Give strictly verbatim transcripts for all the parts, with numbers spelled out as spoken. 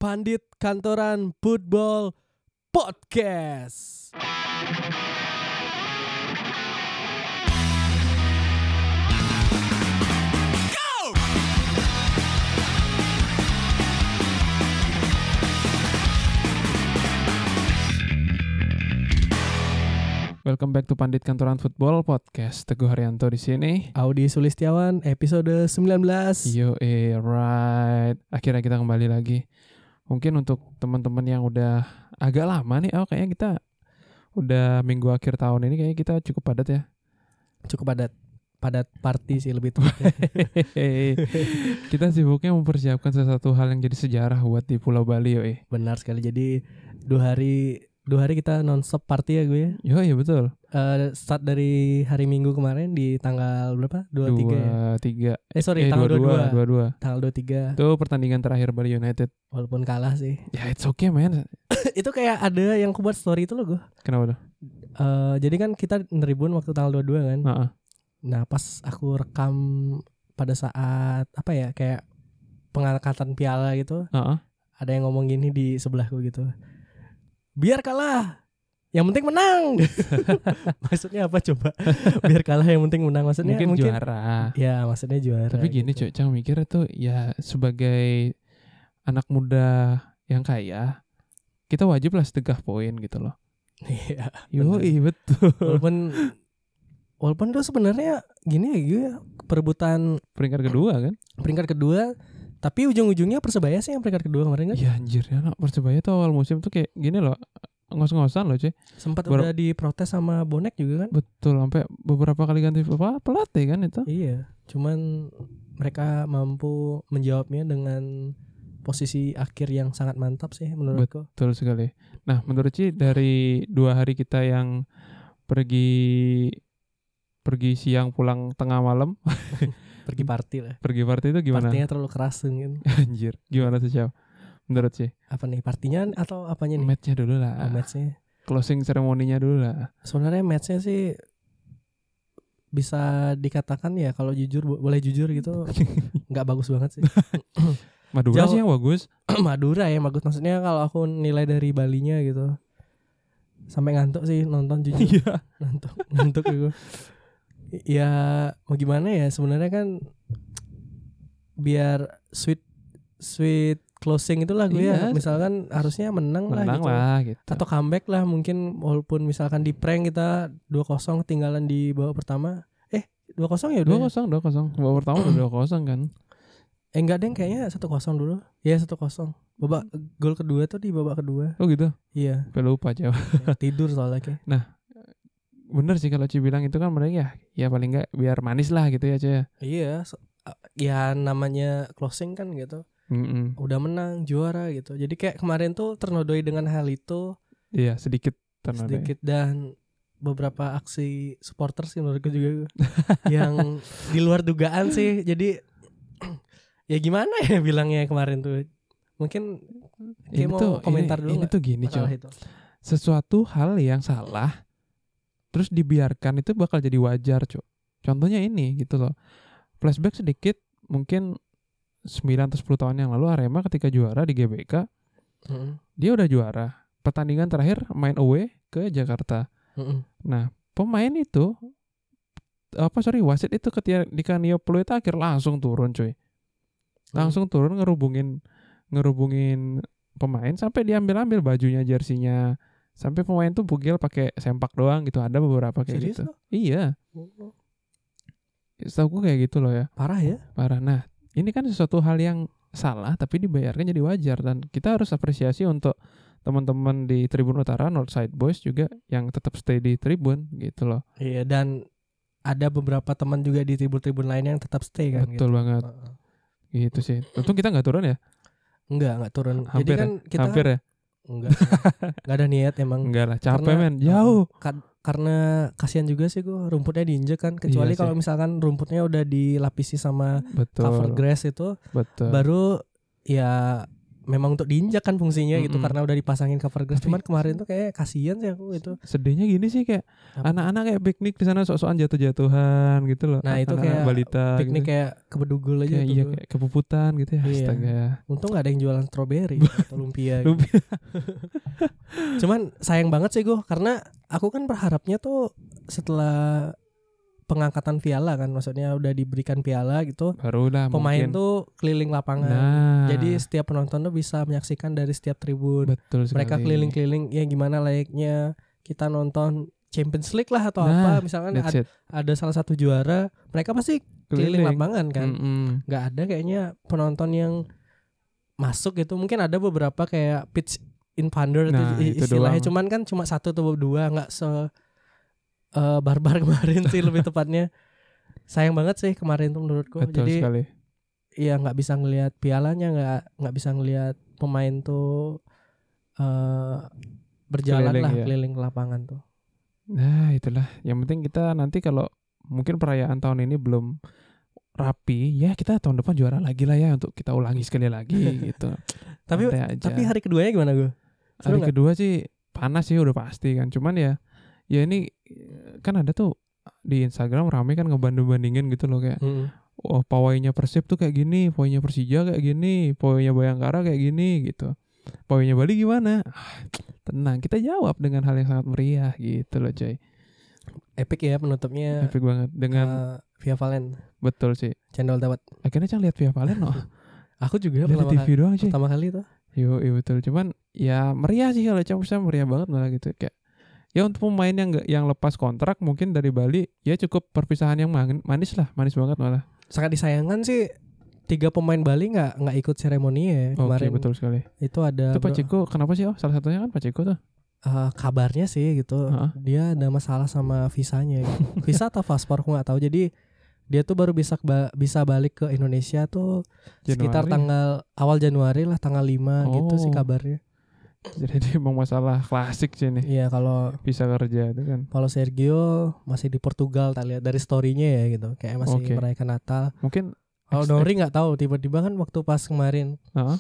Pandit Kantoran Football Podcast. Welcome back to Pandit Kantoran Football Podcast. Teguh Haryanto di sini. Audi Sulistiawan, episode sembilan belas. Yo, eh, right. Akhirnya kita kembali lagi. Mungkin untuk teman-teman yang udah agak lama nih, oh kayaknya kita udah minggu akhir tahun ini kayaknya kita cukup padat ya. Cukup padat. Padat party sih lebih tepatnya. Kita sibuknya mempersiapkan sesuatu hal yang jadi sejarah buat di Pulau Bali, yo eh. Benar sekali. Jadi dua hari dua hari kita non-stop party ya gue ya. Yo, iya betul. Uh, start dari hari Minggu kemarin di tanggal berapa? dua puluh tiga ya? dua puluh tiga Eh sorry, eh, tanggal dua puluh dua. dua puluh dua. Tanggal dua puluh tiga. Itu pertandingan terakhir Bali United. Walaupun kalah sih. Ya, it's okay, man. Itu kayak ada yang buat story itu loh gue. Kenapa tuh? Uh, jadi kan kita neribun waktu tanggal dua puluh dua kan. Heeh. Nah pas aku rekam pada saat apa ya kayak pengangkatan piala gitu, Heeh. ada yang ngomong gini di sebelahku gitu, biar kalah yang penting menang. Maksudnya apa coba? Biar kalah yang penting menang, maksudnya mungkin, mungkin juara. ya maksudnya juara. Tapi gini gitu. Cok, Cang mikir tuh ya sebagai anak muda yang kaya, kita wajib lah sedekah poin gitu loh. Iya. Yoi, betul. Walaupun walaupun tuh sebenarnya gini ya gue ya, perebutan Peringkat kedua kan? peringkat kedua, tapi ujung-ujungnya Persebaya sih yang peringkat kedua kemarin kan? Ya anjir ya, nak Persebaya tuh awal musim tuh kayak gini loh, ngos-ngosan loh cuy. Sempat Ber- udah diprotes sama bonek juga kan? Betul, sampai beberapa kali ganti apa pelatih kan itu. Iya, cuman mereka mampu menjawabnya dengan posisi akhir yang sangat mantap sih menurutku. Betul sekali. Nah, menurut Ci dari dua hari kita yang pergi pergi siang pulang tengah malam, Pergi party lah. pergi party itu gimana? Partinya terlalu keras kan? Anjir, gimana tuh Ciao? Menurut Ci? Apa nih partinya atau apanya nih? Match-nya dulu lah. Oh, matchnya. Closing ceremoninya dulu lah. Sebenarnya matchnya sih bisa dikatakan ya kalau jujur boleh jujur gitu nggak bagus banget sih. Madura Jauh- sih yang bagus. Madura ya bagus, maksudnya kalau aku nilai dari Balinya gitu sampai ngantuk sih nonton jujur. Iya. ngantuk ngantuk gitu. Ya mau gimana ya, sebenarnya kan biar sweet sweet closing itulah gue ya. Iya. Misalkan harusnya menang, lah Menang gitu. lah gitu. Atau comeback lah mungkin, walaupun misalkan di prank kita dua kosong ketinggalan di babak pertama. Eh dua kosong ya udah. dua kosong, dua kosong. Babak pertama udah dua kosong kan. Eh enggak deh, kayaknya satu kosong dulu. Ya satu kosong. Babak gol kedua tuh di babak kedua. Oh gitu. Iya. Sampai lupa Ciao. Ya, tidur soalnya kayak. Bener sih kalau Ci bilang itu kan mereka ya, ya paling enggak biar manis lah gitu ya Ci. Iya, so- ya namanya closing kan gitu. Mm-mm. Udah menang, juara gitu. Jadi kayak kemarin tuh ternodoi dengan hal itu Iya, sedikit ternodai. sedikit, dan beberapa aksi supporter sih menurutku juga yang di luar dugaan sih. Jadi ya gimana ya bilangnya kemarin tuh. Mungkin kayak Ini mau tuh komentar ini, dulu ini nggak tuh gini Ciao. masalah itu. Sesuatu hal yang salah terus dibiarkan itu bakal jadi wajar, Cok. Contohnya ini gitu loh. Flashback sedikit, mungkin sembilan atau sepuluh tahun yang lalu Arema ketika juara di G B K, Mm-mm. dia udah juara. Pertandingan terakhir main away ke Jakarta. Mm-mm. Nah, pemain itu apa sorry wasit itu ketika Nioplo itu akhir langsung turun, coy. Langsung turun ngerubungin ngerubungin pemain sampai diambil-ambil bajunya, jersinya. Sampai pemain tuh bugil pakai sempak doang gitu. Ada beberapa kayak Serius gitu. lo? Iya. Setahu gue kayak gitu loh ya. Parah ya. Parah. Nah, ini kan sesuatu hal yang salah tapi dibayarkan jadi wajar, dan kita harus apresiasi untuk teman-teman di Tribun Utara, Northside Boys juga yang tetap stay di tribun gitu loh. Iya, dan ada beberapa teman juga di tribun-tribun lain yang tetap stay kan. Betul gitu. banget. Uh-uh. Gitu sih. Untung kita nggak turun ya. Enggak, enggak turun. Hampir Jadi kan ya? kita Hampir ya. enggak. Enggak ada niat emang. Enggak lah, capek Karena- men. Jauh. Ka- karena kasihan juga sih gue rumputnya diinjek kan, kecuali Iya sih. kalau misalkan rumputnya udah dilapisi sama Betul. cover grass itu, Betul. baru ya memang untuk diinjak kan fungsinya gitu Mm-mm. karena udah dipasangin cover glass. Tapi- Cuman kemarin tuh kayak kasihan sih aku itu. Sedihnya gini sih kayak Apa? anak-anak kayak piknik di sana sok-sokan jatuh-jatuhan gitu loh. Nah, itu Anak-anak kayak balita Piknik gitu. kayak kebedugul aja Kayak tuh. iya gua. kayak kepuputan gitu ya. Iya. Astaga. Untung gak ada yang jualan strawberry atau lumpia. gitu. Lumpia. Cuman sayang banget sih gue karena aku kan berharapnya tuh setelah pengangkatan piala kan, maksudnya udah diberikan piala gitu, Barulah pemain mungkin. tuh keliling lapangan. Nah. Jadi setiap penonton tuh bisa menyaksikan dari setiap tribun. betul sekali. Mereka keliling-keliling ya gimana layaknya kita nonton Champions League lah atau Nah, apa. Misalkan That's ad- it. ada salah satu juara, mereka pasti keliling lapangan kan. Mm-mm. Nggak ada kayaknya penonton yang masuk gitu. Mungkin ada beberapa kayak pitch invader Nah, itu itu istilahnya, doang. cuman kan cuma satu atau dua, nggak se eh, barbar kemarin sih lebih tepatnya. Sayang banget sih kemarin tuh menurutku. Betul Jadi sekali. ya nggak bisa ngelihat pialanya, nggak nggak bisa ngelihat pemain tuh eh berjalan Keliling, lah ya. keliling ke lapangan tuh. Nah, itulah. Yang penting kita nanti kalau mungkin perayaan tahun ini belum rapi, ya kita tahun depan juara lagi lah ya untuk kita ulangi sekali lagi gitu. Tapi Santai aja. tapi hari keduanya gimana gue? Hari nggak? kedua sih panas sih udah pasti kan. Cuman ya ya ini kan ada tuh di Instagram rame kan ngebanding-bandingin gitu loh kayak Mm-mm. oh pawainya Persib tuh kayak gini, pawainya Persija kayak gini, pawainya Bayangkara kayak gini gitu. Pawainya Bali gimana? Ah, tenang, kita jawab dengan hal yang sangat meriah gitu loh coy. Epic ya penutupnya. Epic banget dengan eh, Via Valen, betul sih. Cendol Dawet. Akhirnya Cang lihat Via Valen no. Aku juga Lihat pertama di T V kali, doang sih. pertama kali tuh. Yo, iya betul. Cuman ya meriah sih kalau Cang bisa meriah banget malah gitu kayak. Ya untuk pemain yang nggak yang lepas kontrak mungkin dari Bali ya cukup perpisahan yang man- manis lah, manis banget malah. Sangat disayangkan sih tiga pemain Bali nggak nggak ikut seremoni ya Oke, kemarin. betul sekali. Itu ada Itu bro- Paceko kenapa sih? Oh, salah satunya kan Paceko tuh. eh, kabarnya sih gitu. Heeh. Dia ada masalah sama visanya. Gitu. Visa atau paspor aku nggak tahu. Jadi dia tuh baru bisa ba- bisa balik ke Indonesia tuh sekitar Januari. tanggal awal Januari lah, tanggal lima gitu sih Oh. kabarnya. Jadi emang masalah klasik sih nih. Iya, kalau Bisa kerja itu kan. kalau Sergio masih di Portugal, tak lihat dari story-nya ya gitu. Kayak masih Oke. merayakan Natal. Mungkin Kalau Ex- Nori nggak tahu, tiba-tiba kan waktu pas kemarin heeh.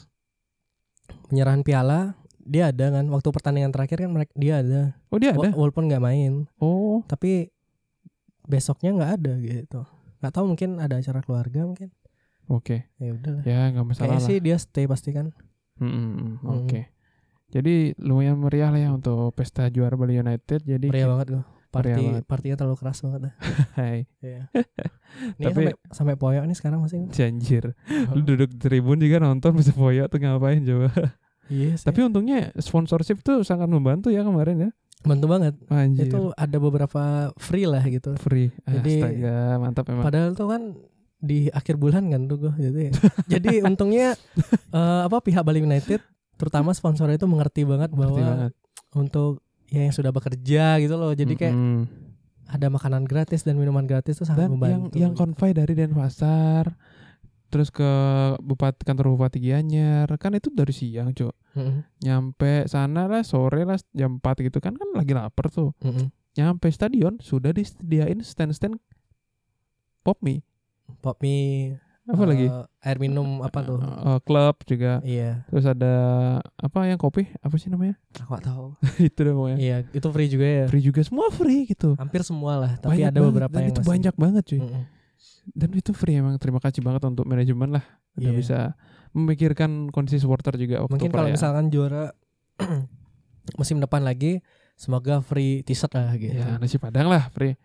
penyerahan piala dia ada kan, waktu pertandingan terakhir kan mereka dia ada. Oh, dia ada. Wa- walaupun nggak main, Oh, tapi besoknya nggak ada gitu. Nggak tahu, mungkin ada acara keluarga mungkin. oke. Ya udah. Ya enggak masalah Kayaknya lah. sih dia stay pasti kan. Mm-mm, Mm. Oke. Jadi lumayan meriah lah ya untuk pesta juara Bali United. Jadi Meriah banget gue. Meriah Party banget. partinya terlalu keras banget dah. Hai, Iya. Ini Tapi- sampai sampai poyok nih sekarang masih. janjir. Lu duduk di tribun juga nonton bisa foya tuh ngapain coba. Iya sih. Tapi untungnya sponsorship tuh sangat membantu ya kemarin ya. bantu banget. Anjir. Itu ada beberapa free lah gitu. free. Jadi- Astaga, mantap emang. Padahal tuh kan di akhir bulan kan tuh gue gitu ya. Jadi untungnya eh, apa pihak Bali United terutama sponsor itu mengerti banget bahwa Ngerti banget. untuk ya yang sudah bekerja gitu loh. Jadi kayak Mm-mm. ada makanan gratis dan minuman gratis tuh sangat Dan yang membantu. yang konvoy dari Denpasar terus ke Bupati kantor Bupati Gianyar kan itu dari siang, Cuk. Mm-mm, Nyampe sana lah sore lah jam empat gitu kan kan lagi lapar tuh. mm-mm. Nyampe stadion sudah disediain stand-stand pop mie. Pop mie, Apa eh, lagi? air minum apa tuh? Eh, klub juga. Iya, Terus ada apa yang kopi? Apa sih namanya? aku gak tahu. Itu deh pokoknya. Iya, itu free juga ya. Free juga semua free gitu. Hampir semua lah, tapi Banyak ada banget, beberapa dan yang itu masih. banyak banget cuy. Mm-mm. Dan itu free emang terima kasih banget untuk manajemen lah. Udah Iya. bisa memikirkan kondisi supporter juga waktu Mungkin kalau perayaan. misalkan juara musim depan lagi, semoga free t-shirt lah gitu. Ya nasi padang lah free.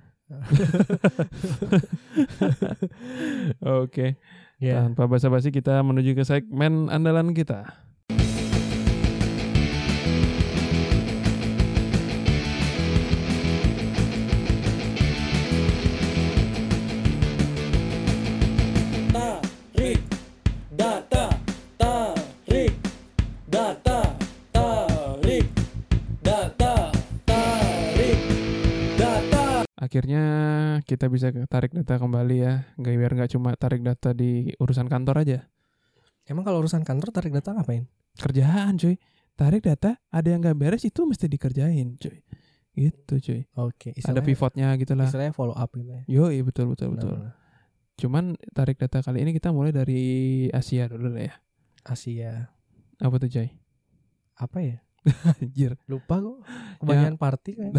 Oke. Iya. Tanpa basa-basi kita menuju ke segmen andalan kita. Tarik data, tarik data, tarik data, tarik data. Akhirnya kita bisa tarik data kembali ya. Nggak biar nggak cuma tarik data di urusan kantor aja. Emang kalau urusan kantor tarik data ngapain? Kerjaan cuy. Tarik data ada yang nggak beres itu mesti dikerjain cuy. Gitu cuy. Oke, Ada pivotnya gitu lah. Istilahnya follow up gitu ya. Yo, iya betul betul betul. Benar-benar. Cuman tarik data kali ini kita mulai dari Asia dulu lah ya. Asia. Apa tuh Jay? Apa ya? Anjir. Lupa kok. Kebanyakan party kan.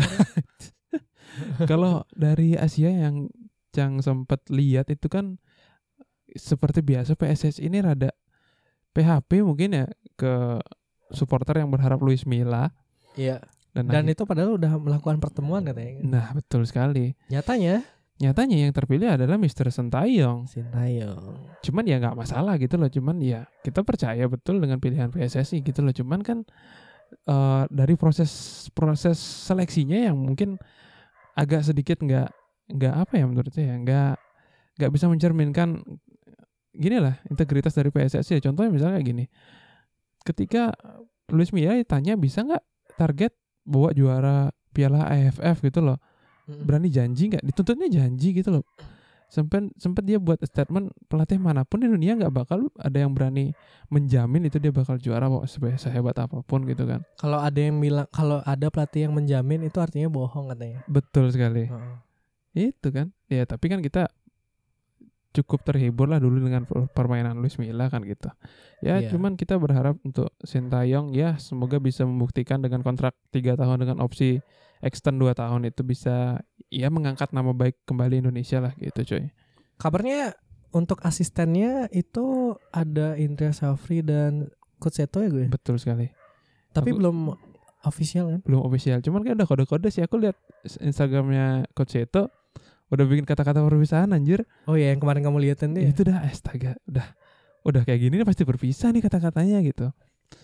Kalau dari Asia yang Cang sempat lihat itu kan seperti biasa P S S I ini rada P H P mungkin ya ke supporter yang berharap Luis Milla. Iya. Dan, Dan akhir- itu padahal udah melakukan pertemuan katanya. Nah betul sekali. Nyatanya Nyatanya yang terpilih adalah mister Sintayong. Sintayong. Cuman ya nggak masalah gitu loh. Cuman ya kita percaya betul dengan pilihan P S S I gitu loh. Cuman kan uh, dari proses proses seleksinya yang mungkin agak sedikit nggak nggak apa ya menurut saya nggak nggak bisa mencerminkan gini lah integritas dari P S S I. Ya. Contohnya misalnya kayak gini. Ketika Luis Milla ditanya bisa nggak target bawa juara Piala A F F gitu loh. Berani janji nggak? Dituntutnya janji gitu loh. Sempat sempat dia buat statement pelatih manapun di dunia nggak bakal ada yang berani menjamin itu dia bakal juara kok sehebat apapun gitu kan. Kalau ada yang bilang kalau ada pelatih yang menjamin itu artinya bohong katanya. Betul sekali. Heeh. Itu kan. Ya tapi kan kita cukup terhibur lah dulu dengan permainan Luis Milla kan gitu. Ya Iya. cuman kita berharap untuk Sintayong ya semoga bisa membuktikan dengan kontrak tiga tahun dengan opsi extend dua tahun itu bisa ya mengangkat nama baik kembali Indonesia lah gitu coy. Kabarnya untuk asistennya itu ada Indra Safri dan Coach Seto ya gue. Betul sekali. Tapi Aku- belum official kan? Belum official. Cuman kayak udah kode-kode sih. Aku lihat Instagramnya Coach Seto udah bikin kata-kata perpisahan anjir. Oh ya yang kemarin kamu liatin tuh ya. Itu dah astaga. Udah udah kayak gini pasti berpisah nih kata-katanya gitu.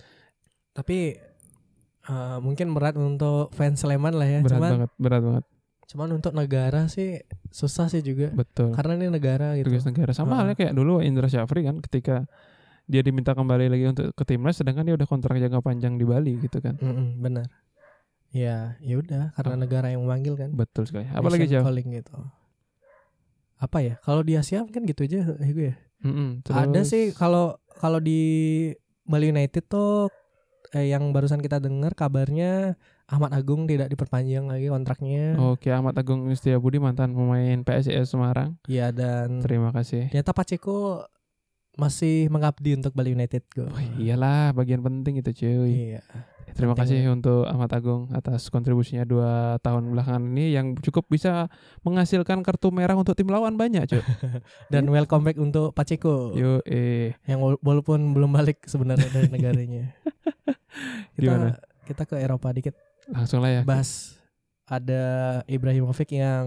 Tapi uh, mungkin berat untuk fans Sleman lah ya. Berat cuman, banget, berat banget. Cuman untuk negara sih susah sih juga. Betul. Karena ini negara gitu. Tugas negara sama Uh. halnya kayak dulu Indra Syafri kan ketika dia diminta kembali lagi untuk ke timnas sedangkan dia udah kontrak jangka panjang di Bali gitu kan. Mm-mm, benar. Ya, ya udah karena Oh. negara yang memanggil kan. Betul sekali. Apalagi Nation jauh. calling gitu. Apa ya? Kalau di Asia mungkin gitu aja ya gue ya. Mm-mm, Ada terus- sih kalau kalau di Bali United tuh eh, yang barusan kita dengar kabarnya Ahmad Agung tidak diperpanjang lagi kontraknya. Oke, Ahmad Agung Setiabudi mantan pemain P S I S Semarang. Ya dan Terima kasih. ternyata Pacheco masih mengabdi untuk Bali United go. Oh, iyalah bagian penting itu cuy. Iya. Terima penting kasih untuk Ahmad Agung atas kontribusinya dua tahun belakangan ini yang cukup bisa menghasilkan kartu merah untuk tim lawan banyak cuy. Dan welcome back untuk Pacheco Yo eh yang wala- walaupun belum balik sebenarnya dari negaranya. Kita Gimana? kita ke Eropa dikit. langsung lah ya. Bahas ada Ibrahimovic yang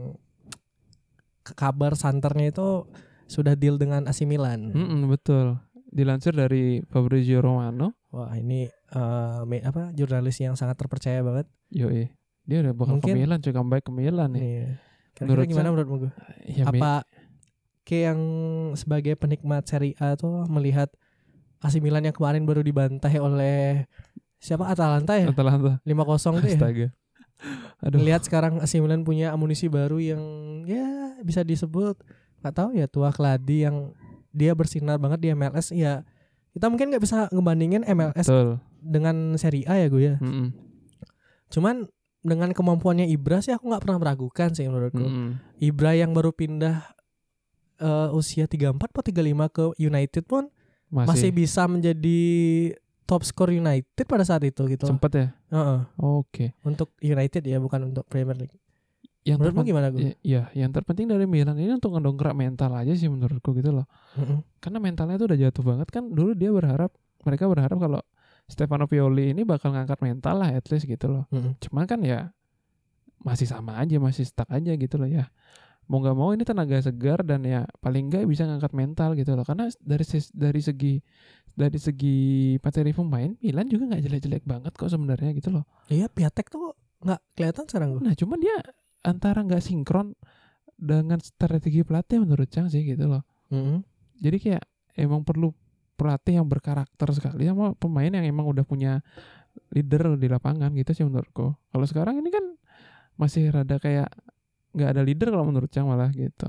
ke- kabar santernya itu sudah deal dengan A C Milan. Mm-mm, betul. Dilansir dari Fabrizio Romano. Wah ini eh, me- apa jurnalis yang sangat terpercaya banget. Yo eh dia udah bakal ke Mungkin- Milan cuy, comeback ke Milan nih. Iya. Kira-kira Menurut gimana saya- menurutmu gue? Ya, Mi- Apa kayak yang sebagai penikmat Serie A tuh melihat A C Milan yang kemarin baru dibantai oleh siapa Atalanta ya Atalanta. lima kosong tuh ya. Astaga. Aduh. Lihat sekarang A C Milan punya amunisi baru yang ya bisa disebut nggak tahu ya tua keladi yang dia bersinar banget di M L S ya. Kita mungkin nggak bisa ngebandingin M L S Betul. dengan Serie A ya gue ya. Mm-mm. Cuman dengan kemampuannya Ibra sih aku nggak pernah meragukan sih menurutku. Mm-mm. Ibra yang baru pindah eh, usia tiga puluh empat atau tiga puluh lima ke United pun masih, Masih, bisa menjadi top skor United pada saat itu gitu. sempet ya. Heeh. Oke. Untuk United ya bukan untuk Premier League. Yang Menurutmu terpen- gimana gue? Ya, ya, yang terpenting dari Milan ini untuk ngedongkrak mental aja sih menurutku gitu loh. Heeh. Karena mentalnya tuh udah jatuh banget kan. Dulu dia berharap, mereka berharap kalau Stefano Pioli ini bakal ngangkat mental lah at least gitu loh. Heeh. Cuman kan ya masih sama aja, masih stuck aja gitu loh ya. Mau nggak mau ini tenaga segar dan ya paling nggak bisa ngangkat mental gitu loh. Karena dari ses- dari segi dari segi materi pemain Milan juga nggak jelek-jelek banget kok sebenarnya gitu loh. Iya, Piatek tuh nggak kelihatan sekarang gue. Nah cuman dia antara nggak sinkron dengan strategi pelatih menurut Chang sih gitu loh. Heeh. Jadi kayak emang perlu pelatih yang berkarakter sekali sama pemain yang emang udah punya leader di lapangan gitu sih menurutku. Kalau sekarang ini kan masih rada kayak nggak ada leader kalau menurut Chang malah gitu.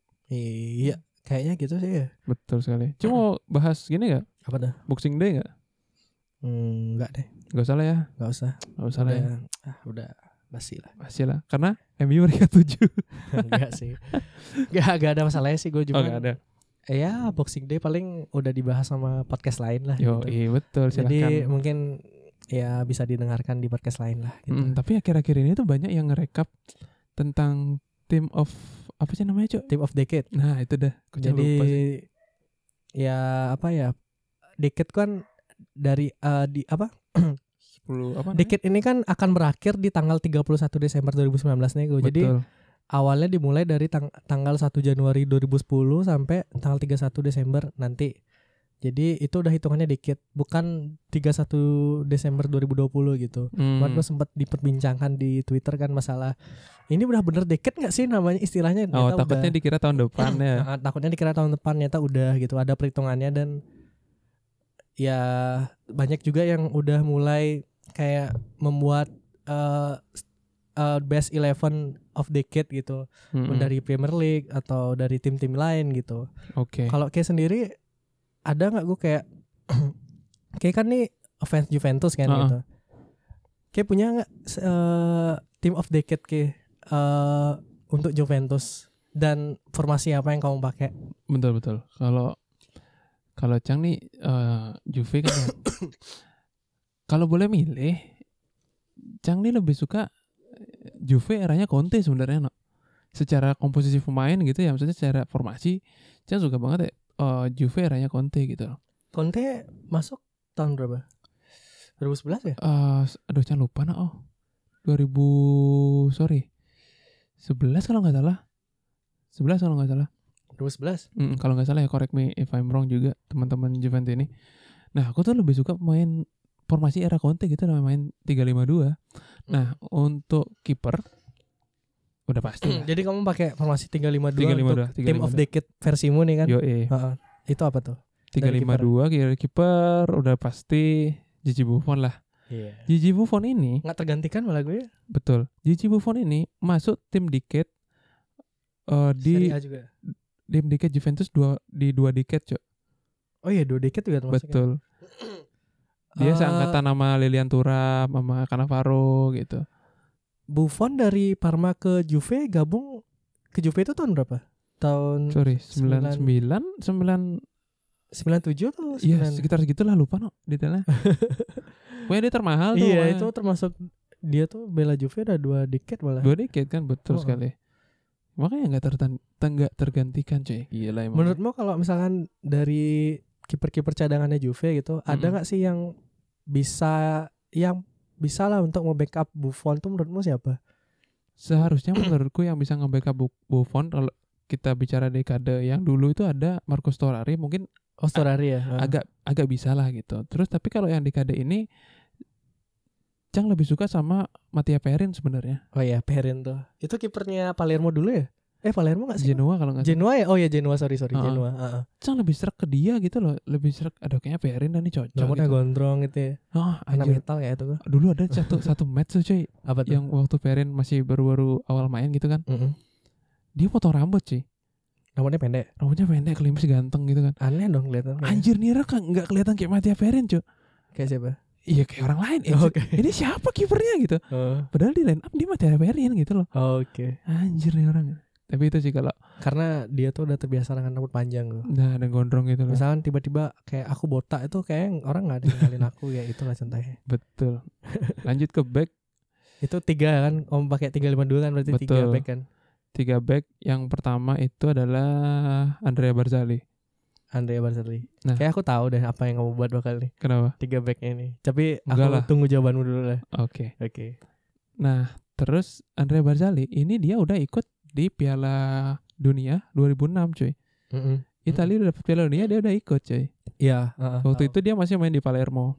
Iya, kayaknya gitu sih ya. Betul sekali. Cuma mau bahas gini nggak? Apa dah? Boxing Day nggak? Hmm, enggak deh, Gak usah lah ya. enggak usah. Gak usah lah ya. Udah, ah, udah basi lah. Pasti lah. Karena M U mereka tujuh. Enggak sih. Enggak enggak ada masalahnya sih gue Oh cuma. nggak ada. ya Boxing Day paling udah dibahas sama podcast lain lah. Yo, gitu. iya betul. Silakan. Jadi mungkin ya bisa didengarkan di podcast lain lah. Gitu. Mm, tapi akhir-akhir ini tuh banyak yang ngerekap tentang Team of apa sih namanya, Cuk? Team of Decade. Nah, itu dah. Aku Jadi lupa sih. ya apa ya? Decade kan dari uh, di apa? sepuluh apa namanya? Decade ini kan akan berakhir di tanggal tiga puluh satu Desember dua ribu sembilan belas nih, gue. Jadi Betul. awalnya dimulai dari tang- tanggal satu Januari dua ribu sepuluh sampai tanggal tiga puluh satu Desember nanti. Jadi itu udah hitungannya dikit, bukan tiga puluh satu Desember dua ribu dua puluh gitu. Hmm. Kemarin gue sempat diperbincangkan di Twitter kan masalah ini udah bener deket nggak sih namanya istilahnya? Oh, Ternyata takutnya udah. dikira tahun depan ya. Nah, takutnya dikira tahun depan, ternyata udah gitu, ada perhitungannya. Dan ya banyak juga yang udah mulai kayak membuat uh, uh, best eleven of decade gitu, Mm-mm. dari Premier League atau dari tim-tim lain gitu. Oke. Kalau kayak sendiri ada nggak gue kayak kayak kan nih fans Juventus kan Uh-uh. gitu. Kayak punya nggak uh, team of decade kayak uh, untuk Juventus, dan formasi apa yang kamu pakai? Betul betul. Kalau kalau Cang nih uh, Juve kan ya. Kalau boleh milih, Cang nih lebih suka Juve eranya Conte sebenarnya, no. Secara komposisi pemain gitu ya, maksudnya secara formasi, Cang suka banget ya uh, Juve eranya Conte gitu. Conte masuk tahun berapa? dua ribu sebelas ya? Uh, aduh Cang lupa nah oh. dua ribu sorry. sebelas kalau nggak salah. sebelas kalau nggak salah. dua ribu sebelas. Mm, kalau nggak salah ya, correct me if I'm wrong juga teman-teman Juventus ini. Nah, aku tuh lebih suka main formasi era Conte gitu, namanya main tiga lima dua. Nah, untuk kiper udah pasti lah. Jadi kamu pakai formasi tiga lima dua tiga lima dua, untuk team of decade versimu nih kan? Yo eh. Uh-uh. Itu apa tuh? tiga lima dua kira kiper udah pasti Gigi Buffon lah. Iya. Gigi Buffon ini Nggak tergantikan malah gue. betul. Gigi Buffon ini masuk tim decade uh, di Serie A juga. tim decade Juventus dua di dua decade, Cok. Oh iya, dua decade juga termasuknya. Betul. Dia Uh, seangkatan sama Lilian Thuram, sama Cannavaro gitu. Buffon dari Parma ke Juve, gabung ke Juve itu tahun berapa? Tahun Sorry, sembilan sembilan sembilan sembilan tujuh atau iya sembilan? sekitar segitulah, lupa no detailnya. Pokoknya dia termahal tuh. Iya, pokoknya. itu termasuk dia tuh bela Juve udah dua decade malah. Dua decade kan, betul Oh. sekali. Makanya nggak tertan- nggak tergantikan, cuy. Gila emang. Menurutmu kalau misalkan dari kiper-kiper cadangannya Juve gitu, Mm-mm. ada nggak sih yang bisa yang bisa lah untuk nge-backup Buffon tuh, menurutmu siapa? Seharusnya menurutku yang bisa nge-backup Bu- Buffon kalau kita bicara dekade yang dulu itu ada Marco Storari, mungkin Oh, Storari ya. Uh. agak agak bisa lah gitu. Terus tapi kalau yang dekade ini Cang lebih suka sama Mattia Perin sebenarnya. Oh iya, Perin tuh. Itu kipernya Palermo dulu ya? Eh, Palermo enggak sih? Genoa kalau nggak salah. Genoa ya? Oh ya, Genoa, sorry sorry, Uh-uh. Genoa. Heeh. Cang lebih serak ke dia gitu loh, lebih serak. Aduh kayaknya Perin dah nih cocok. Rambutnya Gitu. gondrong gitu ya. Oh, Anak anjir. metal kayak itu tuh. Dulu ada satu satu match tuh cuy, Apa tuh? yang waktu Perin masih baru-baru awal main gitu kan. Mm-mm. Dia potong rambut cuy. Rambutnya pendek. Rambutnya pendek, klimis ganteng gitu kan. Aneh dong kelihatan. Anjir nih kan nggak kelihatan kayak Mattia Perin cuy. Kayak siapa? Iya kayak orang lain. Eh, Oke. Ini siapa kipernya gitu. Oh, Padahal di line up dia Mattia Perin gitu loh. oke. Anjir nih orang. Tapi itu sih kalau Karena dia tuh udah terbiasa dengan rambut panjang tuh. nah ada gondrong gitu loh. Misalkan tiba-tiba kayak aku botak itu kayak orang nggak ada yang ngenalin aku, ya itulah contohnya. Betul. Lanjut ke back. Itu tiga kan, om pakai tiga lima dua kan, berarti tiga Betul. back kan. Tiga back. Yang pertama itu adalah Andrea Barzagli. Andrea Barzagli. Nah. Kayak aku tahu deh apa yang kamu buat bakal nih. Kenapa? Tiga backnya ini. Tapi aku Enggak lah. tunggu jawabanmu dulu lah. Oke. Oke. Nah, terus Andrea Barzagli ini dia udah ikut di Piala Dunia dua ribu enam, cuy. Mm-mm. Italia udah dapet Piala Dunia, dia udah ikut, cuy. Iya. uh-uh, Waktu tahu. itu dia masih main di Palermo.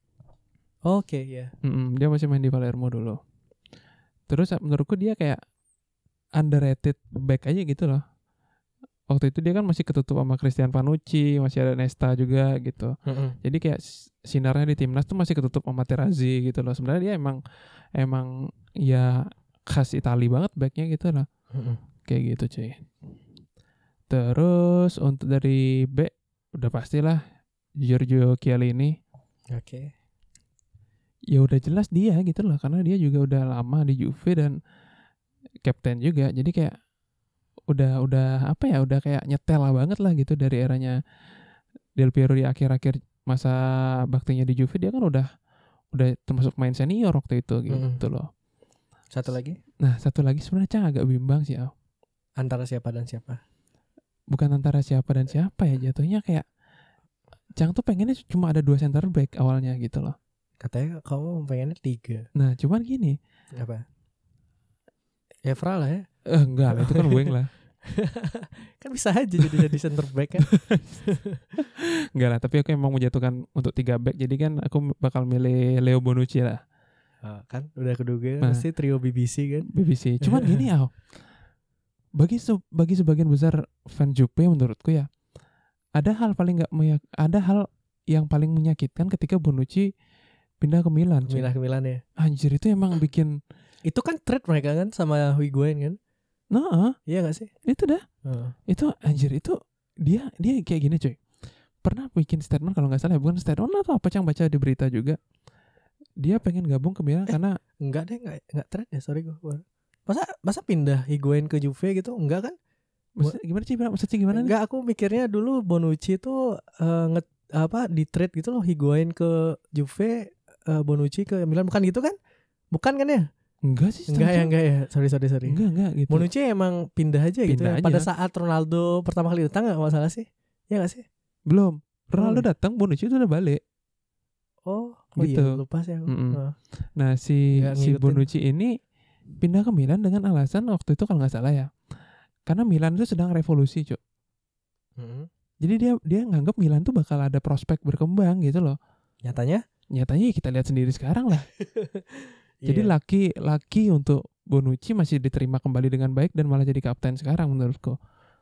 Oke, ya. Mm-mm, dia masih main di Palermo dulu. Terus menurutku dia kayak underrated back aja gitu loh. Waktu itu dia kan masih ketutup sama Christian Panucci, masih ada Nesta juga gitu. Mm-mm. Jadi kayak sinarnya di timnas tuh masih ketutup sama Materazzi gitu loh. Sebenarnya dia emang emang ya khas Itali banget backnya gitu loh. Mm-mm. Kayak gitu cuy. Terus untuk dari B udah pastilah Giorgio Chiellini. Oke. Ya udah jelas dia gitu loh, karena dia juga udah lama di Juve dan kapten juga. Jadi kayak udah udah apa ya udah kayak nyetel lah banget lah gitu dari eranya Del Piero di akhir-akhir masa baktinya di Juve. Dia kan udah udah termasuk main senior waktu itu gitu Mm-mm. loh. Satu lagi Nah satu lagi sebenarnya Cang agak bimbang sih, Al. antara siapa dan siapa? Bukan antara siapa dan siapa ya, jatuhnya kayak Cang tuh pengennya cuma ada dua center back awalnya gitu loh. Katanya kamu pengennya tiga. Nah cuman gini, Apa? Evra lah ya. eh enggak lah itu kan wing lah. Kan bisa aja jadi jadi center back kan. Enggak lah, tapi aku emang menjatuhkan untuk tiga back, jadi kan aku bakal milih Leo Bonucci lah. Oh, kan udah keduga Nah. pasti trio B B C kan. B B C. Cuman gini ya, bagi se- bagi sebagian besar fan Juve menurutku ya, ada hal paling nggak meyak- ada hal yang paling menyakitkan ketika Bonucci pindah ke Milan. cuy. Milan ke Milan ya. Anjir itu emang bikin, Itu kan trade mereka kan sama Higuain kan. nah Iya gak sih? itu dah, Oh. itu anjir itu dia dia kayak gini cuy. Pernah bikin statement kalau nggak salah, bukan statement atau apa Cang baca di berita juga. Dia pengen gabung ke Milan Eh. karena Enggak deh, enggak enggak trade ya, sorry gue. Masa masa pindah Higuain ke Juve gitu? Enggak kan? maksudnya gimana sih? Maksudnya gimana nih? Enggak, aku mikirnya dulu Bonucci tuh eh, nge apa di trade gitu loh, Higuain ke Juve, eh, Bonucci ke Milan, bukan gitu kan? Bukan kan ya? Enggak sih. Enggak ya, Cang. enggak ya. Sorry sorry sorry. Enggak enggak gitu. Bonucci emang pindah aja gitu Pindah ya. Pada aja. saat Ronaldo pertama kali datang enggak masalah sih? Ya enggak sih? Belum. Ronaldo Oh. datang, Bonucci itu udah balik. Oh, oh Gitu. iya lupa sih aku. Mm-mm. Oh. Nah si Nggak si ngikutin. Bonucci ini pindah ke Milan dengan alasan waktu itu kalau nggak salah ya, karena Milan itu sedang revolusi, Cuk. Mm-mm. Jadi dia dia nganggap Milan tuh bakal ada prospek berkembang gitu loh. Nyatanya? Nyatanya ya kita lihat sendiri sekarang lah. Jadi Iya. laki laki untuk Bonucci masih diterima kembali dengan baik dan malah jadi kapten sekarang menurutku.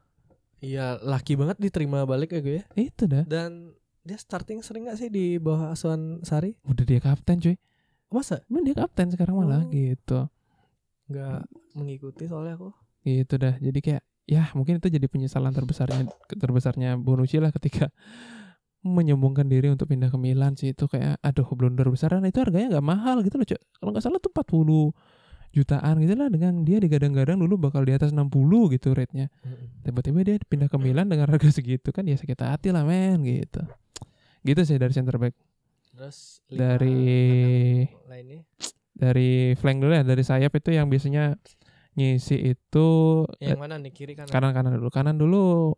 Iya, laki banget diterima balik ya gue ya. Itu dah. Dan dia starting sering gak sih di bawah asuhan Sari? Udah dia kapten cuy. Masa? Emang dia kapten sekarang malah Oh. gitu. Gak mengikuti soalnya aku. Gitu dah. Jadi kayak ya mungkin itu jadi penyesalan terbesarnya terbesarnya Bonucci lah ketika menyombongkan diri untuk pindah ke Milan sih. Itu kayak aduh blunder besar, dan itu harganya nggak mahal gitu loh, Cuk. Kalau nggak salah tuh empat puluh jutaan gitu lah, dengan dia digadang-gadang dulu bakal di atas enam puluh gitu rate-nya. Tiba-tiba dia pindah ke Milan dengan harga segitu, kan ya sakit hati lah men gitu. Gitu sih dari center back. Terus lima Dari gelandang lainnya dari flank dulu ya, dari sayap itu yang biasanya ngisi itu yang mana nih, kiri kanan? kanan kanan dulu kanan dulu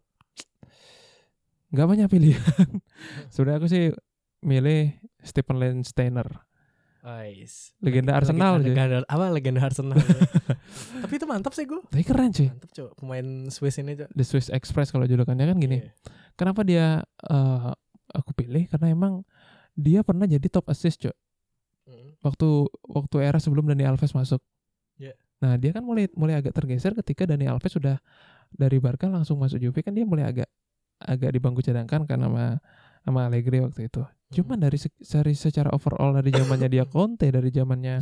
nggak banyak pilihan. Sebenarnya aku sih milih Stephen Landsteiner, Ais. legenda Leg- Arsenal legenda, cuy. legenda, apa legenda Arsenal. Tapi itu mantap sih gue. Tapi keren cuy, Mantap cuy, pemain Swiss ini cuy. The Swiss Express kalau julukannya kan gini. Iya. Kenapa dia eh, aku pilih karena emang dia pernah jadi top assist cuy Mm. waktu waktu era sebelum Dani Alves masuk. Yeah. Nah dia kan mulai mulai agak tergeser ketika Dani Alves sudah dari Barca langsung masuk Juve, kan dia mulai agak agak di bangku cadangkan kan sama sama Allegri waktu itu. Cuman dari se- dari secara overall dari zamannya dia Conte, dari zamannya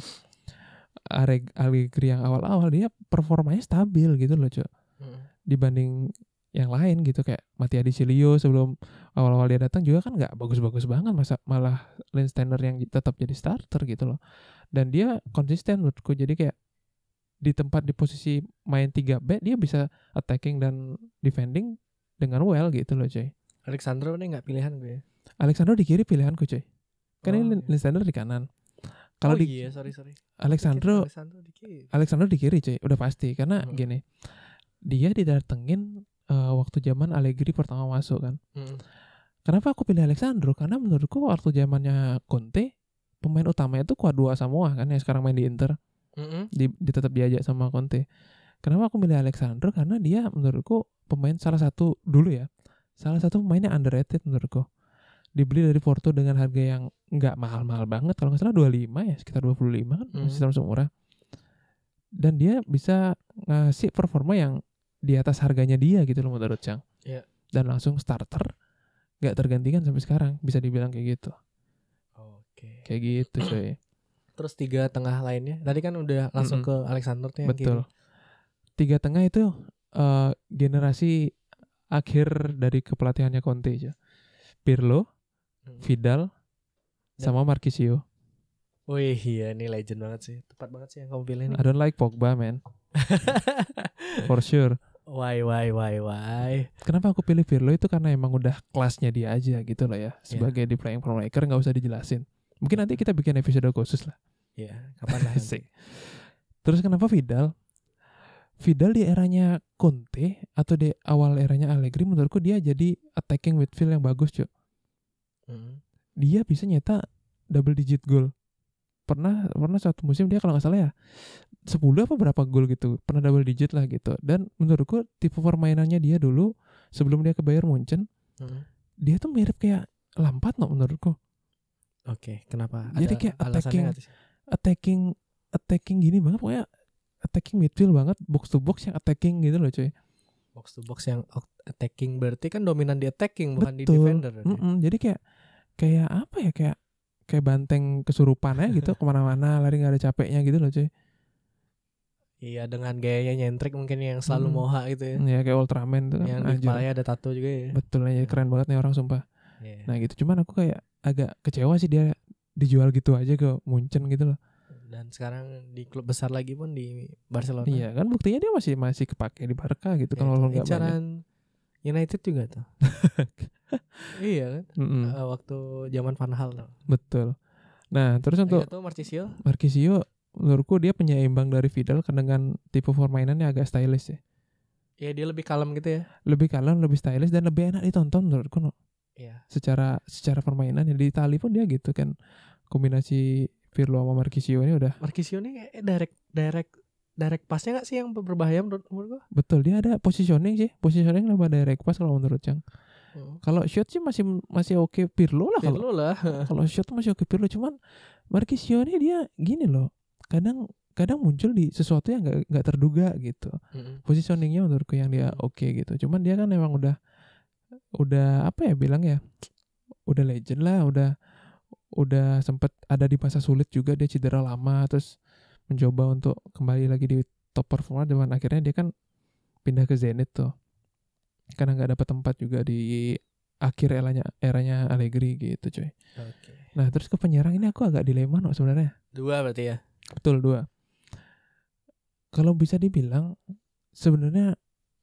Areg- Allegri yang awal-awal, dia performanya stabil gitu loh cuy, Mm. dibanding yang lain gitu. Kayak Mattia Di Cilio sebelum awal-awal dia datang juga kan nggak bagus-bagus banget, masa malah Landsteiner yang tetap jadi starter gitu loh. Dan dia konsisten menurutku, jadi kayak di tempat di posisi main tiga back dia bisa attacking dan defending dengan well gitu loh cuy. Alexandro ini nggak pilihan gue. Alexandro di kiri pilihanku cuy, kan Oh, ini iya. Landsteiner di kanan. Kalau Oh di iya, sorry sorry. Alexandro Alexandro di kiri. Alexandro di kiri cuy, udah pasti karena Hmm. gini, dia didatengin eh, waktu zaman Allegri pertama masuk kan. Mm. Kenapa aku pilih Alexandro? Karena menurutku waktu zamannya Conte pemain utamanya itu kuat dua semua kan, yang sekarang main di Inter, Mm-mm. di, di tetap diajak sama Conte. Kenapa aku milih Alexandro? Karena dia menurutku pemain salah satu dulu ya, salah satu pemainnya underrated menurutku. Dibeli dari Porto dengan harga yang nggak mahal-mahal banget, kalau nggak salah dua puluh lima ya, sekitar dua puluh lima kan, Hmm. masih termasuk murah. Dan dia bisa ngasih performa yang di atas harganya dia gitu loh menurut Cang. Iya. Dan langsung starter, nggak tergantikan sampai sekarang, bisa dibilang kayak gitu. Oke. Kayak gitu coy. Terus tiga tengah lainnya. Tadi kan udah langsung Mm-mm. ke Alexander tuh yang Betul. kiri. Tiga tengah itu eh, generasi akhir dari kepelatihannya Conte aja. Pirlo, Hmm. Vidal, Dan- sama Marquisio. Wih iya, ini legend banget sih. Tepat banget sih yang kamu pilih nih. I don't like Pogba man, for sure. Why why why why? Kenapa aku pilih Pirlo itu karena emang udah kelasnya dia aja gitu loh ya. Sebagai yeah. di playing playmaker nggak usah dijelasin. Mungkin nanti kita bikin episode khusus lah. Iya, yeah, kapan lah nanti. Terus kenapa Vidal? Vidal di eranya Conte atau di awal eranya Allegri menurutku dia jadi attacking midfield yang bagus, Cuk. Hmm. Dia bisa nyetak double digit goal. Pernah pernah satu musim dia kalau nggak salah ya sepuluh apa berapa gol gitu, pernah double digit lah gitu. Dan menurutku tipe permainannya dia dulu sebelum dia ke Bayern Munchen, hmm. dia tuh mirip kayak Lampard no menurutku. Oke, okay, kenapa? Jadi Ada kayak attacking attacking attacking gini banget, pokoknya attacking midfield banget, box to box yang attacking gitu loh cuy. Box to box yang attacking berarti kan dominan di attacking bukan Betul. di defender. Jadi kayak kayak apa ya kayak kayak banteng kesurupan aja gitu kemana-mana lari nggak ada capeknya gitu loh cuy. Iya dengan gayanya nyentrik mungkin yang selalu hmm. moha gitu ya. Iya kayak Ultraman tuh kan. Yang di kepalanya ada tato juga ya. Betul aja, keren banget nih orang sumpah. Yeah. Nah gitu, cuman aku kayak agak kecewa sih dia dijual gitu aja ke Munchen gitu loh. Dan sekarang di klub besar lagi pun di Barcelona. Iya kan buktinya dia masih masih kepake di Barca gitu kan walaupun nggak banyak. United juga tuh. Iya kan. Uh, waktu zaman Van Gaal tuh. Betul. Nah terus untuk itu Marchisio. Marchisio menurutku dia penyeimbang dari Vidal dengan tipe permainannya agak stylish ya. Iya dia lebih kalem gitu ya. Lebih kalem, lebih stylish dan lebih enak ditonton menurutku no. Iya. Secara secara permainan ya di Itali pun dia gitu kan kombinasi Pirlo sama Marchisio ini udah. Marchisio ini kayak direct direct direct passnya nggak sih yang berbahaya menurut menurut gua? Betul, dia ada positioning sih, positioning lebih direct pass kalau menurut Cang. Hmm. Kalau shot sih masih masih oke okay. Pirlo lah Pirlo lah. Kalau shot masih oke okay. Pirlo, cuman Marchisio ini dia gini loh, kadang kadang muncul di sesuatu yang nggak nggak terduga gitu. Hmm. Positioningnya menurutku yang dia oke okay, gitu. Cuman dia kan memang udah udah apa ya bilang ya, udah legend lah, udah udah sempat ada di masa sulit juga, dia cedera lama terus mencoba untuk kembali lagi di top performer dan akhirnya dia kan pindah ke Zenit tuh karena nggak dapat tempat juga di akhir eranya eranya Allegri gitu coy. Okay. Nah terus ke penyerang ini aku agak dilema no sebenarnya. Dua berarti ya. Betul dua. Kalau bisa dibilang sebenarnya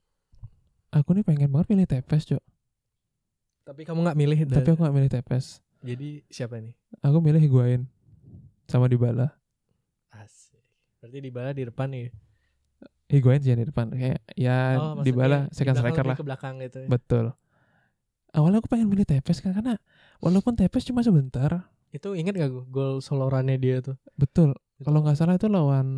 aku nih pengen banget milih Tevez coy. Tapi kamu nggak milih. Tapi dari... aku nggak milih Tevez. Jadi siapa nih? Aku milih Higuain sama Dybala. Asik. Berarti Dybala di depan nih. Higuain sih di depan. Kayak ya oh, Dybala second striker lah. Ke belakang gitu ya. Betul. Awalnya aku pengen milih Tevez kan karena walaupun Tevez cuma sebentar. Itu ingat gak gue gol solorannya dia tuh? Betul. Kalau nggak salah itu lawan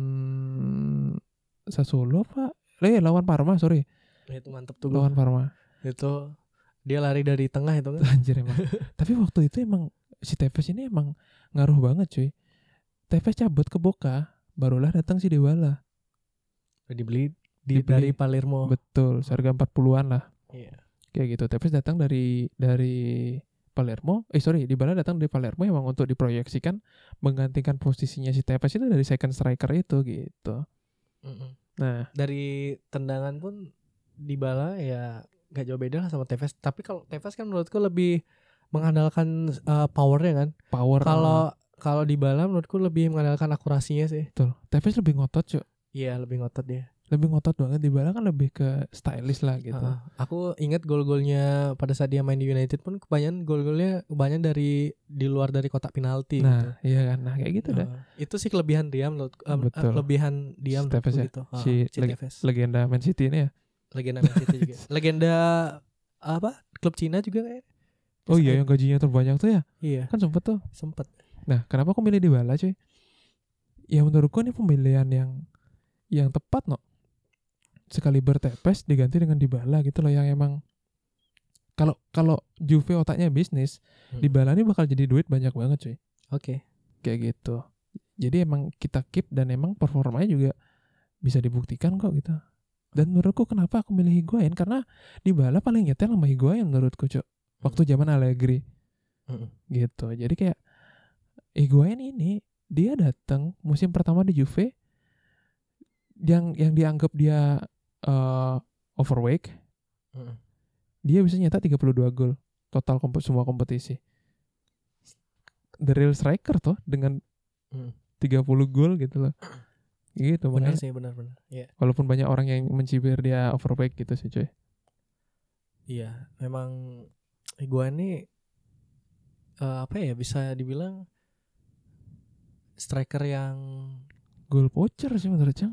Sassuolo Pak. Eh lawan Parma sorry. Itu mantep tuh. Lawan Parma. Itu dia lari dari tengah itu kan. Anjir emang. Tapi waktu itu emang si Tevez ini emang ngaruh banget cuy. Tevez cabut ke Boca, barulah datang si Dybala. Dibeli, di, Dibeli dari Palermo. Betul, seharga empat puluhan lah. Iya. Kayak gitu. Tevez datang dari dari Palermo. Eh sorry, Dybala datang dari Palermo emang untuk diproyeksikan menggantikan posisinya si Tevez itu dari second striker itu gitu. Mm-mm. Nah, dari tendangan pun Dybala ya gak jauh beda lah sama Tevez. Tapi kalau Tevez kan menurutku lebih mengandalkan uh, powernya kan. Power. Kalau kalau Dybala menurutku lebih mengandalkan akurasinya sih. Betul. Tevez lebih ngotot cuy. Iya lebih ngotot dia. Lebih ngotot banget. Dybala kan lebih ke stylish lah gitu. Uh, aku ingat gol-golnya pada saat dia main di United pun kebanyakan gol-golnya kebanyakan dari di luar dari kotak penalti. Nah gitu. iya kan. Nah kayak gitu uh, dah. Itu sih kelebihan dia menurut uh, kelebihan dia menurutku ya? gitu. Uh, si leg- legenda Man City ini ya. Legenda Man City juga. Legenda apa? Klub Cina juga kayak. Oh iya yang gajinya terbanyak tuh ya. Iya. Kan sempet tuh. Sempet. Nah kenapa aku milih Dybala cuy? Ya menurutku ini pemilihan yang yang tepat no. Sekaliber Tevez diganti dengan Dybala gitu loh yang emang kalau kalau Juve otaknya bisnis, hmm. Dybala ini bakal jadi duit banyak banget cuy. Oke. Okay. Kayak gitu. Jadi emang kita keep dan emang performanya juga bisa dibuktikan kok gitu. Dan menurutku kenapa aku milih Higuain karena Dybala paling nyetel sama Higuain menurutku cuy. Waktu zaman Allegri. Hmm. Gitu. Jadi kayak Higuain ini dia datang musim pertama di Juve yang yang dianggap dia uh, overweight. Mm. Dia bisa nyetak tiga puluh dua gol total komp- semua kompetisi. The real striker tuh dengan mm. tiga puluh gol gitu loh. Gitu Benar makanya. sih, benar-benar. Iya. Walaupun banyak orang yang mencibir dia overpaid gitu sih cuy. Iya, memang Higuain ini uh, apa ya, bisa dibilang striker yang Goal poacher sih menurut Cang.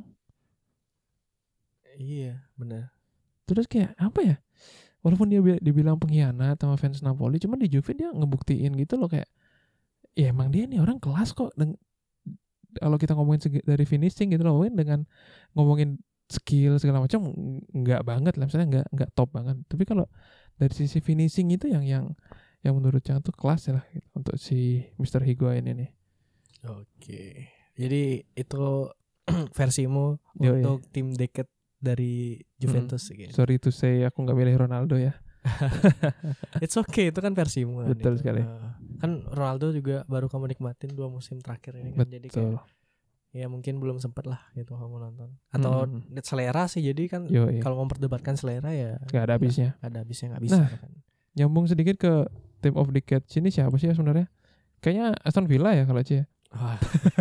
iya, benar. Terus kayak apa ya? Walaupun dia dibilang pengkhianat sama fans Napoli, cuman di Juve dia ngebuktiin gitu loh kayak ya emang dia nih orang kelas kok. Dan kalau kita ngomongin segi, dari finishing gitu loh, dengan ngomongin skill segala macam nggak banget lah, misalnya nggak nggak top banget. Tapi kalau dari sisi finishing itu yang yang yang menurut Cang tuh kelas ya lah gitu, untuk si mister Higuain ini. Oke. Jadi itu versimu Yo, untuk iya. tim deket dari Juventus hmm. gitu. Sorry to say aku nggak milih Ronaldo ya. It's okay, itu kan versimu kan. Betul itu. sekali. Uh, kan Ronaldo juga baru kamu nikmatin dua musim terakhir ini kan. Betul. Jadi kayak ya mungkin belum sempet lah gitu kamu nonton. Atau hmm. selera sih, jadi kan kalau memperdebatkan selera ya nggak ada habisnya. Nggak ada habisnya, nggak bisa nah, kan. Nyambung sedikit ke Team of the Decade sini siapa sih ya sebenarnya? Kayaknya Aston Villa ya kalau Cie. Oh.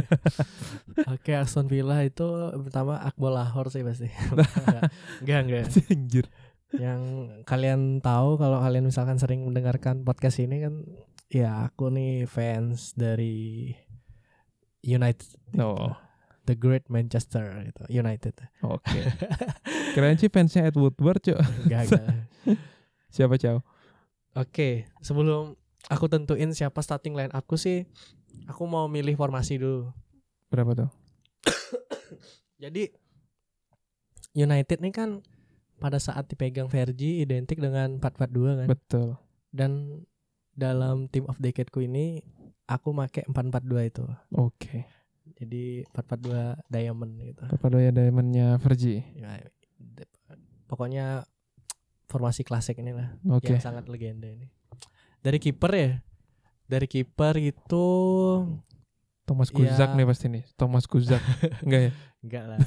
Oke, Aston Villa itu pertama Akbol Lahore sih pasti. Enggak, enggak. Anjir. Yang kalian tahu kalau kalian misalkan sering mendengarkan podcast ini kan, ya aku nih fans dari United. No. Gitu. The Great Manchester itu, United. Oke. Okay. Kirain sih fansnya Ed Woodward, Cok. Enggak, enggak. Siapa, Cao? Oke, okay. Sebelum aku tentuin siapa starting line aku sih, aku mau milih formasi dulu. Berapa tuh? Jadi United nih kan pada saat dipegang Fergie identik dengan empat empat dua kan. Betul. Dan dalam Team of Decade-ku ini aku make empat empat dua itu. Oke. Okay. Jadi empat empat dua Diamond gitu. empat empat dua ya Diamond-nya Fergie. Ya, pokoknya formasi klasik inilah. Okay. Yang sangat legenda ini. Dari kiper ya. Dari kiper itu Thomas Kuzak ya. Nih pasti nih. Thomas Kuzak. Enggak ya? Enggak lah.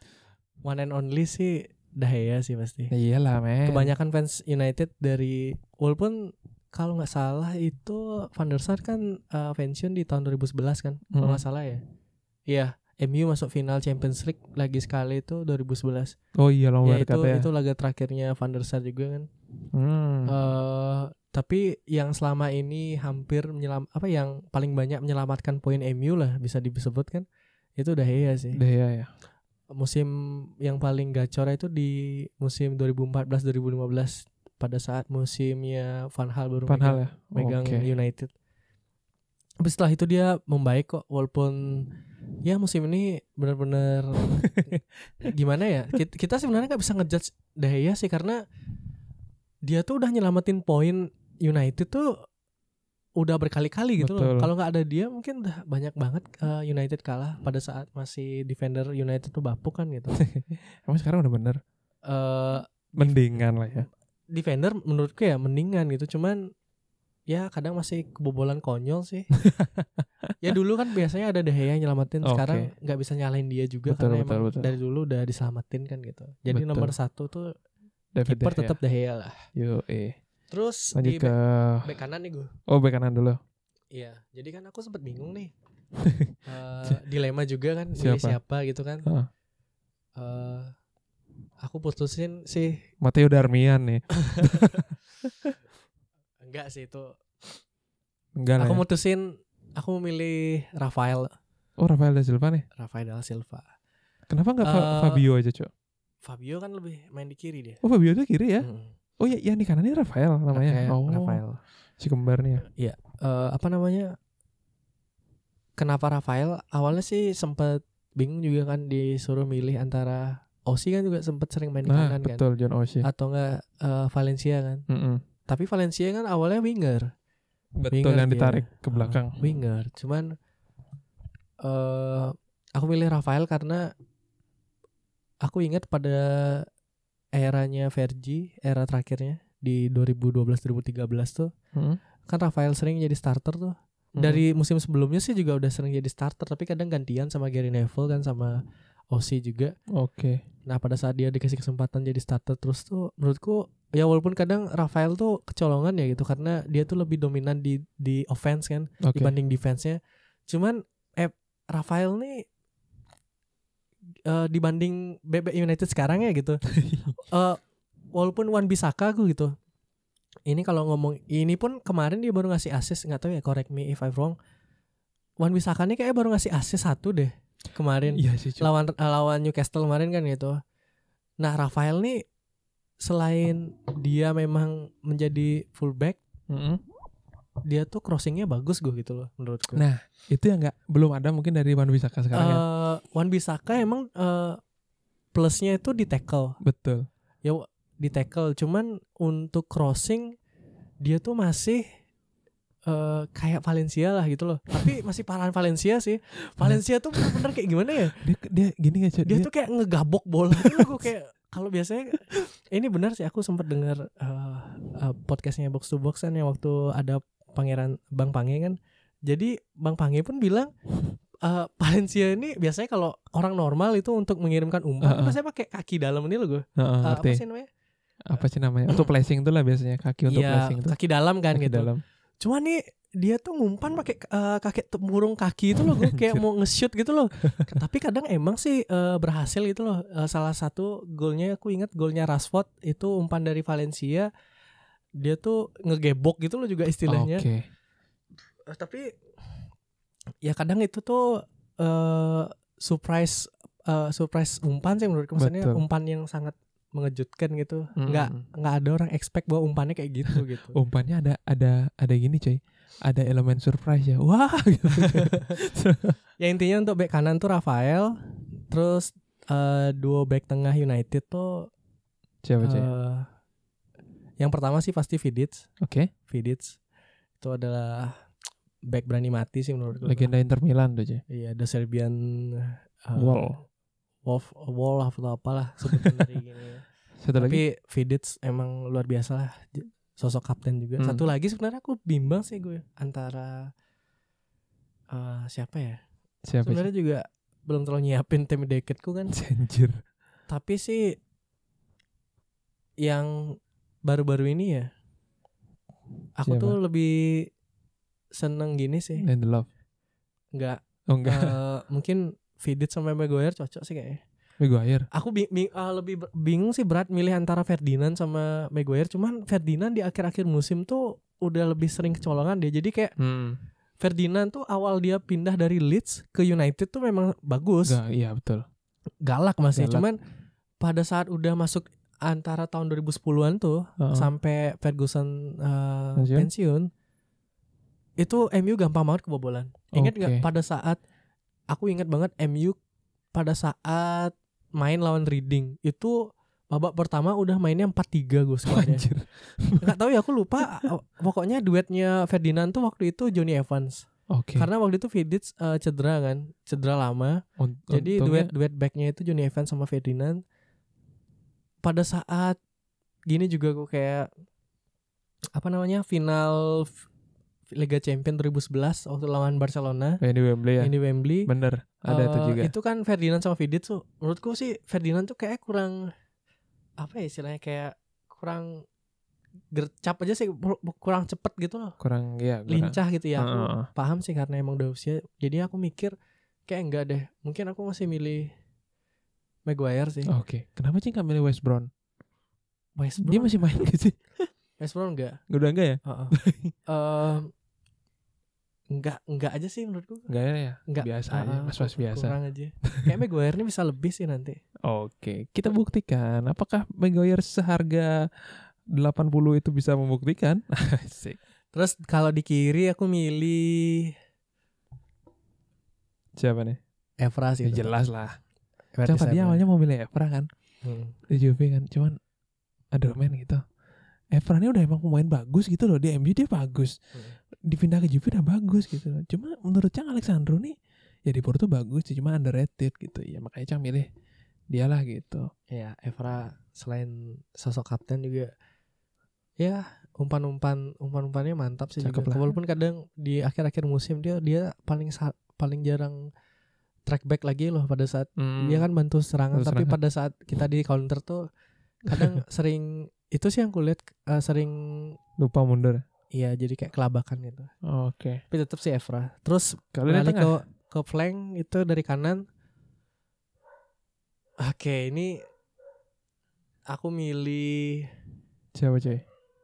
One and only sih De Gea sih pasti. Iyalah men. Kebanyakan fans United dari, walaupun kalau nggak salah itu Van der Sar kan uh, pensiun di tahun dua ribu sebelas kan, hmm. kalau nggak salah ya. Iya, M U masuk final Champions League lagi sekali itu dua ribu sebelas. Oh iya loh ya, itu, ya. itu laga terakhirnya Van der Sar juga kan. Hmm. Uh, tapi yang selama ini hampir menyelam apa yang paling banyak menyelamatkan poin M U lah bisa disebut kan, itu De Gea sih. De Gea ya. Musim yang paling gacor itu di musim dua ribu empat belas dua ribu lima belas pada saat musimnya Van Gaal baru Van Gaal megang, ya? megang okay. United. Tapi setelah itu dia membaik kok, walaupun ya musim ini benar-benar gimana ya? Kita sebenarnya nggak bisa ngejudge De Gea sih karena dia tuh udah nyelamatin poin United tuh udah berkali-kali gitu Betul. loh. Kalau nggak ada dia mungkin udah banyak banget uh, United kalah pada saat masih defender United tuh bapuk kan gitu. Emang sekarang udah bener? Uh, mendingan lah ya. Defender menurutku ya mendingan gitu. Cuman ya kadang masih kebobolan konyol sih. Ya dulu kan biasanya ada De Gea yang nyelamatin. Okay. Sekarang nggak bisa nyalain dia juga. Betul, karena betul, emang betul. Dari dulu udah diselamatin kan gitu. Jadi betul. Nomor satu tuh kiper tetap De Gea lah. Yo eh. Terus lanjut di ke bek kanan nih gue. Oh bek kanan dulu. Iya, jadi kan aku sempet bingung nih. uh, dilema juga kan, siapa, siapa gitu kan. Huh. Uh, aku putusin sih Matteo Darmian nih. Enggak sih itu. Enggak aku lah. Aku ya. mutusin, aku memilih Rafael. Oh Rafael da Silva nih. Rafael da Silva. Kenapa enggak uh, Fabio aja, Cok? Fabio kan lebih main di kiri dia. Oh Fabio itu kiri ya? Hmm. Oh ya, yang di kanan ini Rafael namanya. Okay, oh, Rafael. Si kembarnya. Iya. Uh, apa namanya? Kenapa Rafael? Awalnya sih sempat bingung juga kan disuruh milih antara Osi kan juga sempat sering main di nah, kanan betul, kan. Betul, John Osi. Atau enggak uh, Valencia kan. Mm-mm. Tapi Valencia kan awalnya winger. Betul winger yang ditarik dia. Ke belakang. Uh, winger. Cuman uh, aku milih Rafael karena aku ingat pada eranya Fergie, era terakhirnya di dua ribu dua belas dua ribu tiga belas tuh, hmm? kan Rafael sering jadi starter tuh. Hmm. Dari musim sebelumnya sih juga udah sering jadi starter, tapi kadang gantian sama Gary Neville kan sama Osi juga. Oke. Okay. Nah pada saat dia dikasih kesempatan jadi starter terus tuh, menurutku ya walaupun kadang Rafael tuh kecolongan ya gitu karena dia tuh lebih dominan di di offense kan okay. dibanding defense-nya. Cuman eh Rafael nih uh, dibanding B B United sekarang ya gitu. uh, walaupun Wan-Bissaka aku gitu. Ini kalau ngomong ini pun kemarin dia baru ngasih assist, nggak tahu ya, correct me if I'm wrong. Wan-Bissaka ini kayak baru ngasih assist satu deh kemarin. Iya sih, lawan lawan Newcastle kemarin kan gitu. Nah, Rafael nih selain dia memang menjadi fullback, mm-hmm. dia tuh crossingnya bagus gue gitu loh menurutku. Nah, itu yang nggak belum ada mungkin dari Wan-Bissaka sekarang uh, ya. Wan-Bissaka emang uh, plusnya itu di tackle. Betul. Ya di tackle, cuman untuk crossing dia tuh masih uh, kayak Valencia lah gitu loh. Tapi masih parahan Valencia sih. Valencia tuh bener-bener kayak gimana ya? Dia, dia gini nggak? Dia, dia tuh kayak ngegabok bola gitu. Gue kayak kalau biasanya ini benar sih, aku sempat dengar uh, uh, podcastnya Box to Box kan yang waktu ada Pangeran Bang Pange kan. Jadi Bang Pange pun bilang uh, Valencia ini biasanya kalau orang normal itu untuk mengirimkan umpan uh-uh. biasanya pakai kaki dalam ini loh gue. Uh-uh, uh, apa sih namanya? Apa sih namanya? Untuk flashing itu lah biasanya, kaki untuk ya, flashing itu. Kaki dalam kan kaki gitu. Dalam. Cuma nih dia tuh ngumpan pakai uh, kaki tempurung kaki itu loh, gue kayak mau nge-shoot gitu loh. Tapi kadang emang sih uh, berhasil gitu loh. Uh, salah satu golnya aku ingat golnya Rashford itu umpan dari Valencia. Dia tuh ngegebok gitu loh juga istilahnya. Oke. Okay. Uh, tapi ya kadang itu tuh uh, surprise uh, surprise umpan sih menurutku. Maksudnya Betul. umpan yang sangat mengejutkan gitu. Mm. Nggak nggak ada orang expect bahwa umpannya kayak gitu gitu. Umpannya ada ada ada gini coy. Ada elemen surprise ya. Wah gitu. Ya intinya untuk back kanan tuh Rafael. Terus uh, duo back tengah United tuh siapa coy? Uh, yang pertama sih pasti Vidic. Oke. Okay. Vidic itu adalah back berani mati sih menurutku. Legenda Inter Milan tuh coy. Iya, the Serbian uh, Wall. Wolf, wall atau apalah sebutan dari gini. Satu Tapi lagi? Vidic emang luar biasa lah, sosok kapten juga. Hmm. Satu lagi sebenarnya aku bimbang sih gue antara uh, siapa ya? Siapa sebenarnya sih? Juga belum terlalu nyiapin tim deketku kan. Anjir. Tapi sih yang baru-baru ini ya, aku siapa? Tuh lebih seneng gini sih. Lindelof. Enggak. Oh enggak. Uh, mungkin Vidic sama Maguire cocok sih kayaknya. Maguire. Aku bing, bing, uh, lebih bingung sih berat milih antara Ferdinand sama Maguire. Cuman Ferdinand di akhir-akhir musim tuh udah lebih sering kecolongan dia. Jadi kayak hmm. Ferdinand tuh awal dia pindah dari Leeds ke United tuh memang bagus. Gak, iya betul. Galak masih. Galak. Cuman pada saat udah masuk antara tahun dua ribu sepuluhan tuh uh-uh. sampai Ferguson uh, pensiun? pensiun, itu M U gampang banget kebobolan. Ingat okay. gak pada saat aku ingat banget M U pada saat main lawan Reading itu babak pertama udah mainnya empat tiga gue skornya. Enggak tahu ya, aku lupa. Pokoknya duetnya Ferdinand tuh waktu itu Johnny Evans. Okay. Karena waktu itu Vidic uh, cedera kan, cedera lama. Unt- Jadi duet duet backnya itu Johnny Evans sama Ferdinand. Pada saat gini juga gue kayak apa namanya final Liga Champions dua ribu sebelas waktu lawan Barcelona. Yang di Wembley ya. Yang di Wembley. Bener. Ada uh, itu juga. Itu kan Ferdinand sama Vidic tuh. Menurutku sih Ferdinand tuh kayak kurang apa ya istilahnya, kayak kurang gercap aja sih, kurang cepet gitu loh. Kurang ya. Kurang. Lincah gitu ya. Aku uh. paham sih karena emang udah usia. Jadi aku mikir kayak enggak deh. Mungkin aku masih milih Maguire sih. Oke. Okay. Kenapa sih enggak milih West Brom? West Brom. Dia masih main gak sih? West Brom enggak. Udah enggak ya? Uh-uh. uh, enggak enggak aja sih menurutku. Enggak ya? Enggak. Biasa uh, aja, mas-mas biasa. Kurang aja. Kayak Maguire ini bisa lebih sih nanti. Oke, okay. Kita buktikan apakah Maguire seharga delapan puluh itu bisa membuktikan. Asik. Terus kalau di kiri aku milih siapa nih? Evra sih. Ya, jelas lah. Coba dia awalnya mau milih Evra kan. Hmm. Di Juve kan. Cuman aduh men gitu. Evra ini udah emang pemain bagus gitu loh. Di M U dia bagus. Hmm. Dipindah ke Juve udah bagus gitu loh. Cuma menurut Cang Alexandro nih ya di Porto bagus sih, cuma underrated gitu. Ya makanya Cang milih dialah gitu. Ya Evra selain sosok kapten juga ya umpan-umpan umpan-umpannya mantap sih. Cakep juga. Lah. Walaupun kadang di akhir-akhir musim dia dia paling paling jarang track back lagi loh pada saat hmm. dia kan bantu serangan, bantu tapi serangan. Pada saat kita di counter tuh kadang sering itu sih yang kulihat uh, sering lupa mundur. Iya, jadi kayak kelabakan gitu. Oh, oke. Okay. Tapi tetap sih Evra. Terus kali ke ke flank itu dari kanan Oke, ini aku milih Siapa coy?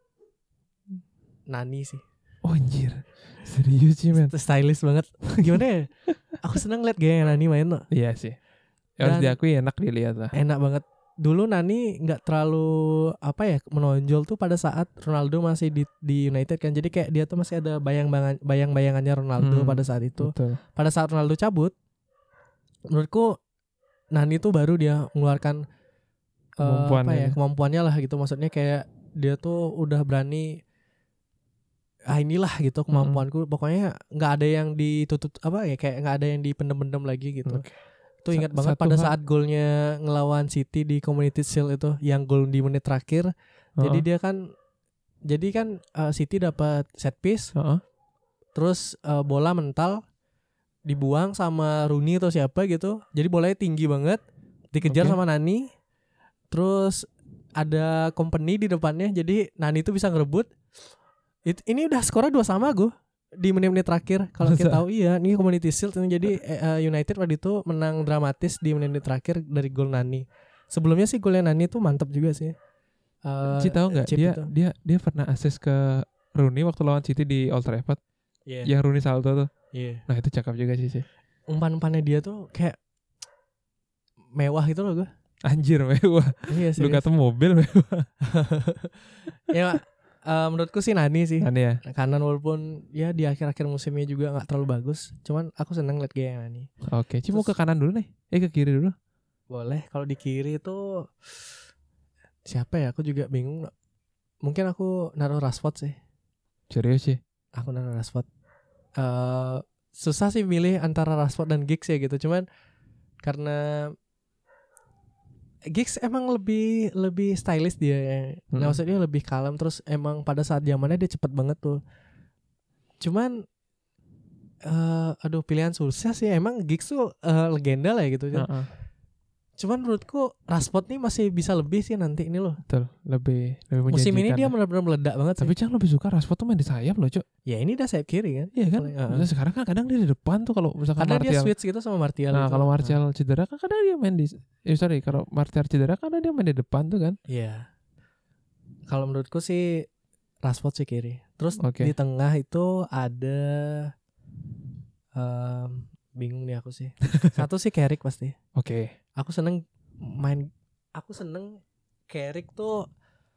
Nani sih. Oh anjir. Serius sih men. Stylish banget. Gimana ya? Aku seneng liat gaya Nani main loh. Iya sih. Ya, harus Dan diakui enak dilihat lah. enak banget. Dulu Nani nggak terlalu apa ya menonjol tuh pada saat Ronaldo masih di, di United kan. Jadi kayak dia tuh masih ada bayang-bayang bayang-bayangannya Ronaldo Hmm, pada saat itu. Betul. Pada saat Ronaldo cabut, menurutku Nani tuh baru dia mengeluarkan eh, Kemampuannya. apa ya kemampuannya lah gitu. Maksudnya kayak dia tuh udah berani. Ah inilah gitu kemampuanku. Pokoknya nggak ada yang ditutup apa ya kayak nggak ada yang dipendem-pendem lagi gitu. Oke. Itu ingat Sa- banget satu pada hal- saat golnya ngelawan City di Community Shield itu yang gol di menit terakhir. Jadi Heeh. dia kan jadi kan uh, City dapat set piece, Heeh. terus uh, bola mental dibuang sama Rooney atau siapa gitu. Jadi bolanya tinggi banget, dikejar Oke. sama Nani. Terus ada company di depannya. Jadi Nani itu bisa ngerebut. It, ini udah skornya dua sama gue di menit-menit terakhir. Kalau kita Masa? tahu iya, ini Community Shield ini jadi eh, United waktu itu menang dramatis di menit-menit terakhir dari gol Nani. Sebelumnya sih golnya Nani tuh mantap juga sih. Uh, Ci tahu nggak chip dia itu. dia dia pernah assist ke Rooney waktu lawan City di Old Trafford. Iya. Yang Rooney salto tuh. Iya. Nah itu cakep juga sih sih. Umpan-umpannya dia tuh kayak mewah gitu loh gue. Anjir mewah. Iya Lu serius. kata mobil mewah. Ya uh, menurutku sih Nani sih. Aneh ya. Kanan walaupun ya di akhir-akhir musimnya juga nggak terlalu bagus. Cuman aku seneng liat gaya Nani. Oke, Ci mau Terus- ke kanan dulu nih. Eh ke kiri dulu. Boleh. Kalau di kiri itu siapa ya? Aku juga bingung. Mungkin aku naruh Rashford sih. Serius sih. Aku naruh Rashford. Uh, susah sih milih antara Rashford dan Giggs ya gitu. Cuman karena Giggs emang lebih lebih stylish dia ya. Hmm. Nah, maksudnya lebih kalem terus emang pada saat zamannya dia cepet banget tuh. Cuman uh, aduh pilihan susah sih. Emang Giggs tuh uh, legenda lah ya gitu. Heeh. Cuman menurutku Rashford nih masih bisa lebih sih nanti ini loh. Betul, lebih lebih Musim ini menjanjikan dia ya. benar-benar meledak banget Tapi sih. Cang lebih suka Rashford tuh main di sayap loh, Cok. Ya ini udah sayap kiri kan. Iya kan? Paling, uh-uh. Maksudnya sekarang kan kadang dia di depan tuh kalau misalkan Karena dia Martial. switch gitu sama Martial. Nah, gitu. kalau Martial cedera kan kadang dia main di eh sorry, kalau Martial cedera kan dia main di depan tuh kan. Iya. Kalau menurutku sih Rashford sih kiri. Terus Oke. di tengah itu ada um, bingung nih aku sih. Satu sih Carrick pasti. Oke. Aku seneng main. Aku seneng Carrick tuh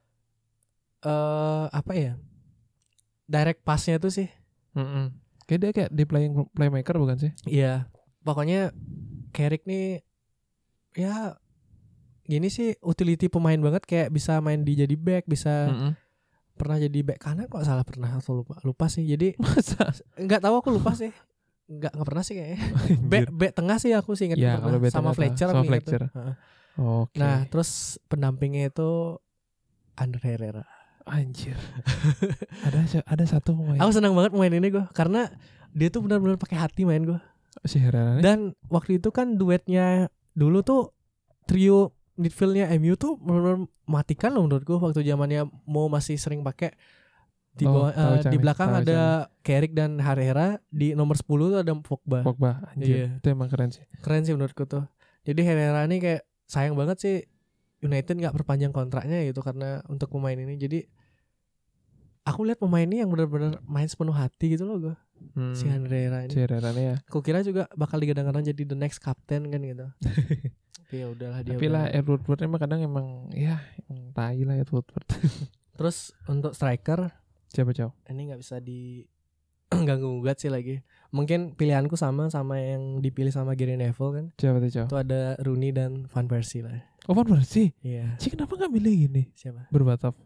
eh apa ya? Direct passnya tuh sih. Heeh. Kayak dia kayak di playing playmaker bukan sih? Iya. Pokoknya Carrick nih ya gini sih utility pemain banget kayak bisa main di jadi back, bisa Heeh. pernah jadi back kanan kok salah pernah atau lupa lupa sih. Jadi Masa? nggak tahu aku lupa sih. Nggak nggak pernah sih kayaknya. Back, Anjir. back tengah sih aku sih ingat Ya, pernah. kalau back sama tengah Fletcher sama aku ingat Fletcher. tuh. Heeh. Oke. Nah, terus pendampingnya itu Ander Herrera. Anjir. ada ada satu pemain. Aku senang banget main ini gue karena dia tuh benar-benar pakai hati main gue. Si Herrera nih. Dan waktu itu kan duetnya dulu tuh trio midfieldnya M U tuh benar-benar matikan loh menurut gue waktu zamannya mau masih sering pakai di Oh, bawah tahu eh, Cang di nih, belakang tahu ada Carrick dan Herrera, di nomor sepuluh tuh ada Pogba. Pogba. Anjir. Iya. Itu emang keren sih. Keren sih menurutku tuh. Jadi Herrera ini kayak sayang banget sih United nggak perpanjang kontraknya gitu karena untuk pemain ini. Jadi aku lihat pemain ini yang benar-benar main sepenuh hati gitu loh gue. Hmm. Si Herrera Si ini. Herrera nih ya. Aku kira juga bakal digadang-gadang jadi the next captain kan gitu. Tapi ya udahlah dia. Tapi udah. lah Edward Woodward emang kadang emang ya emang tai lah Edward Woodward. Terus untuk striker Siapa Cow? ini nggak bisa di ganggu gugat sih lagi. Mungkin pilihanku sama sama yang dipilih sama Gary Neville kan. Siapa tuh Cow? Itu ada Rooney dan Van Persie lah. Oh Van Persie. Iya. Cik kenapa gak milih gini? Siapa? Berbatap.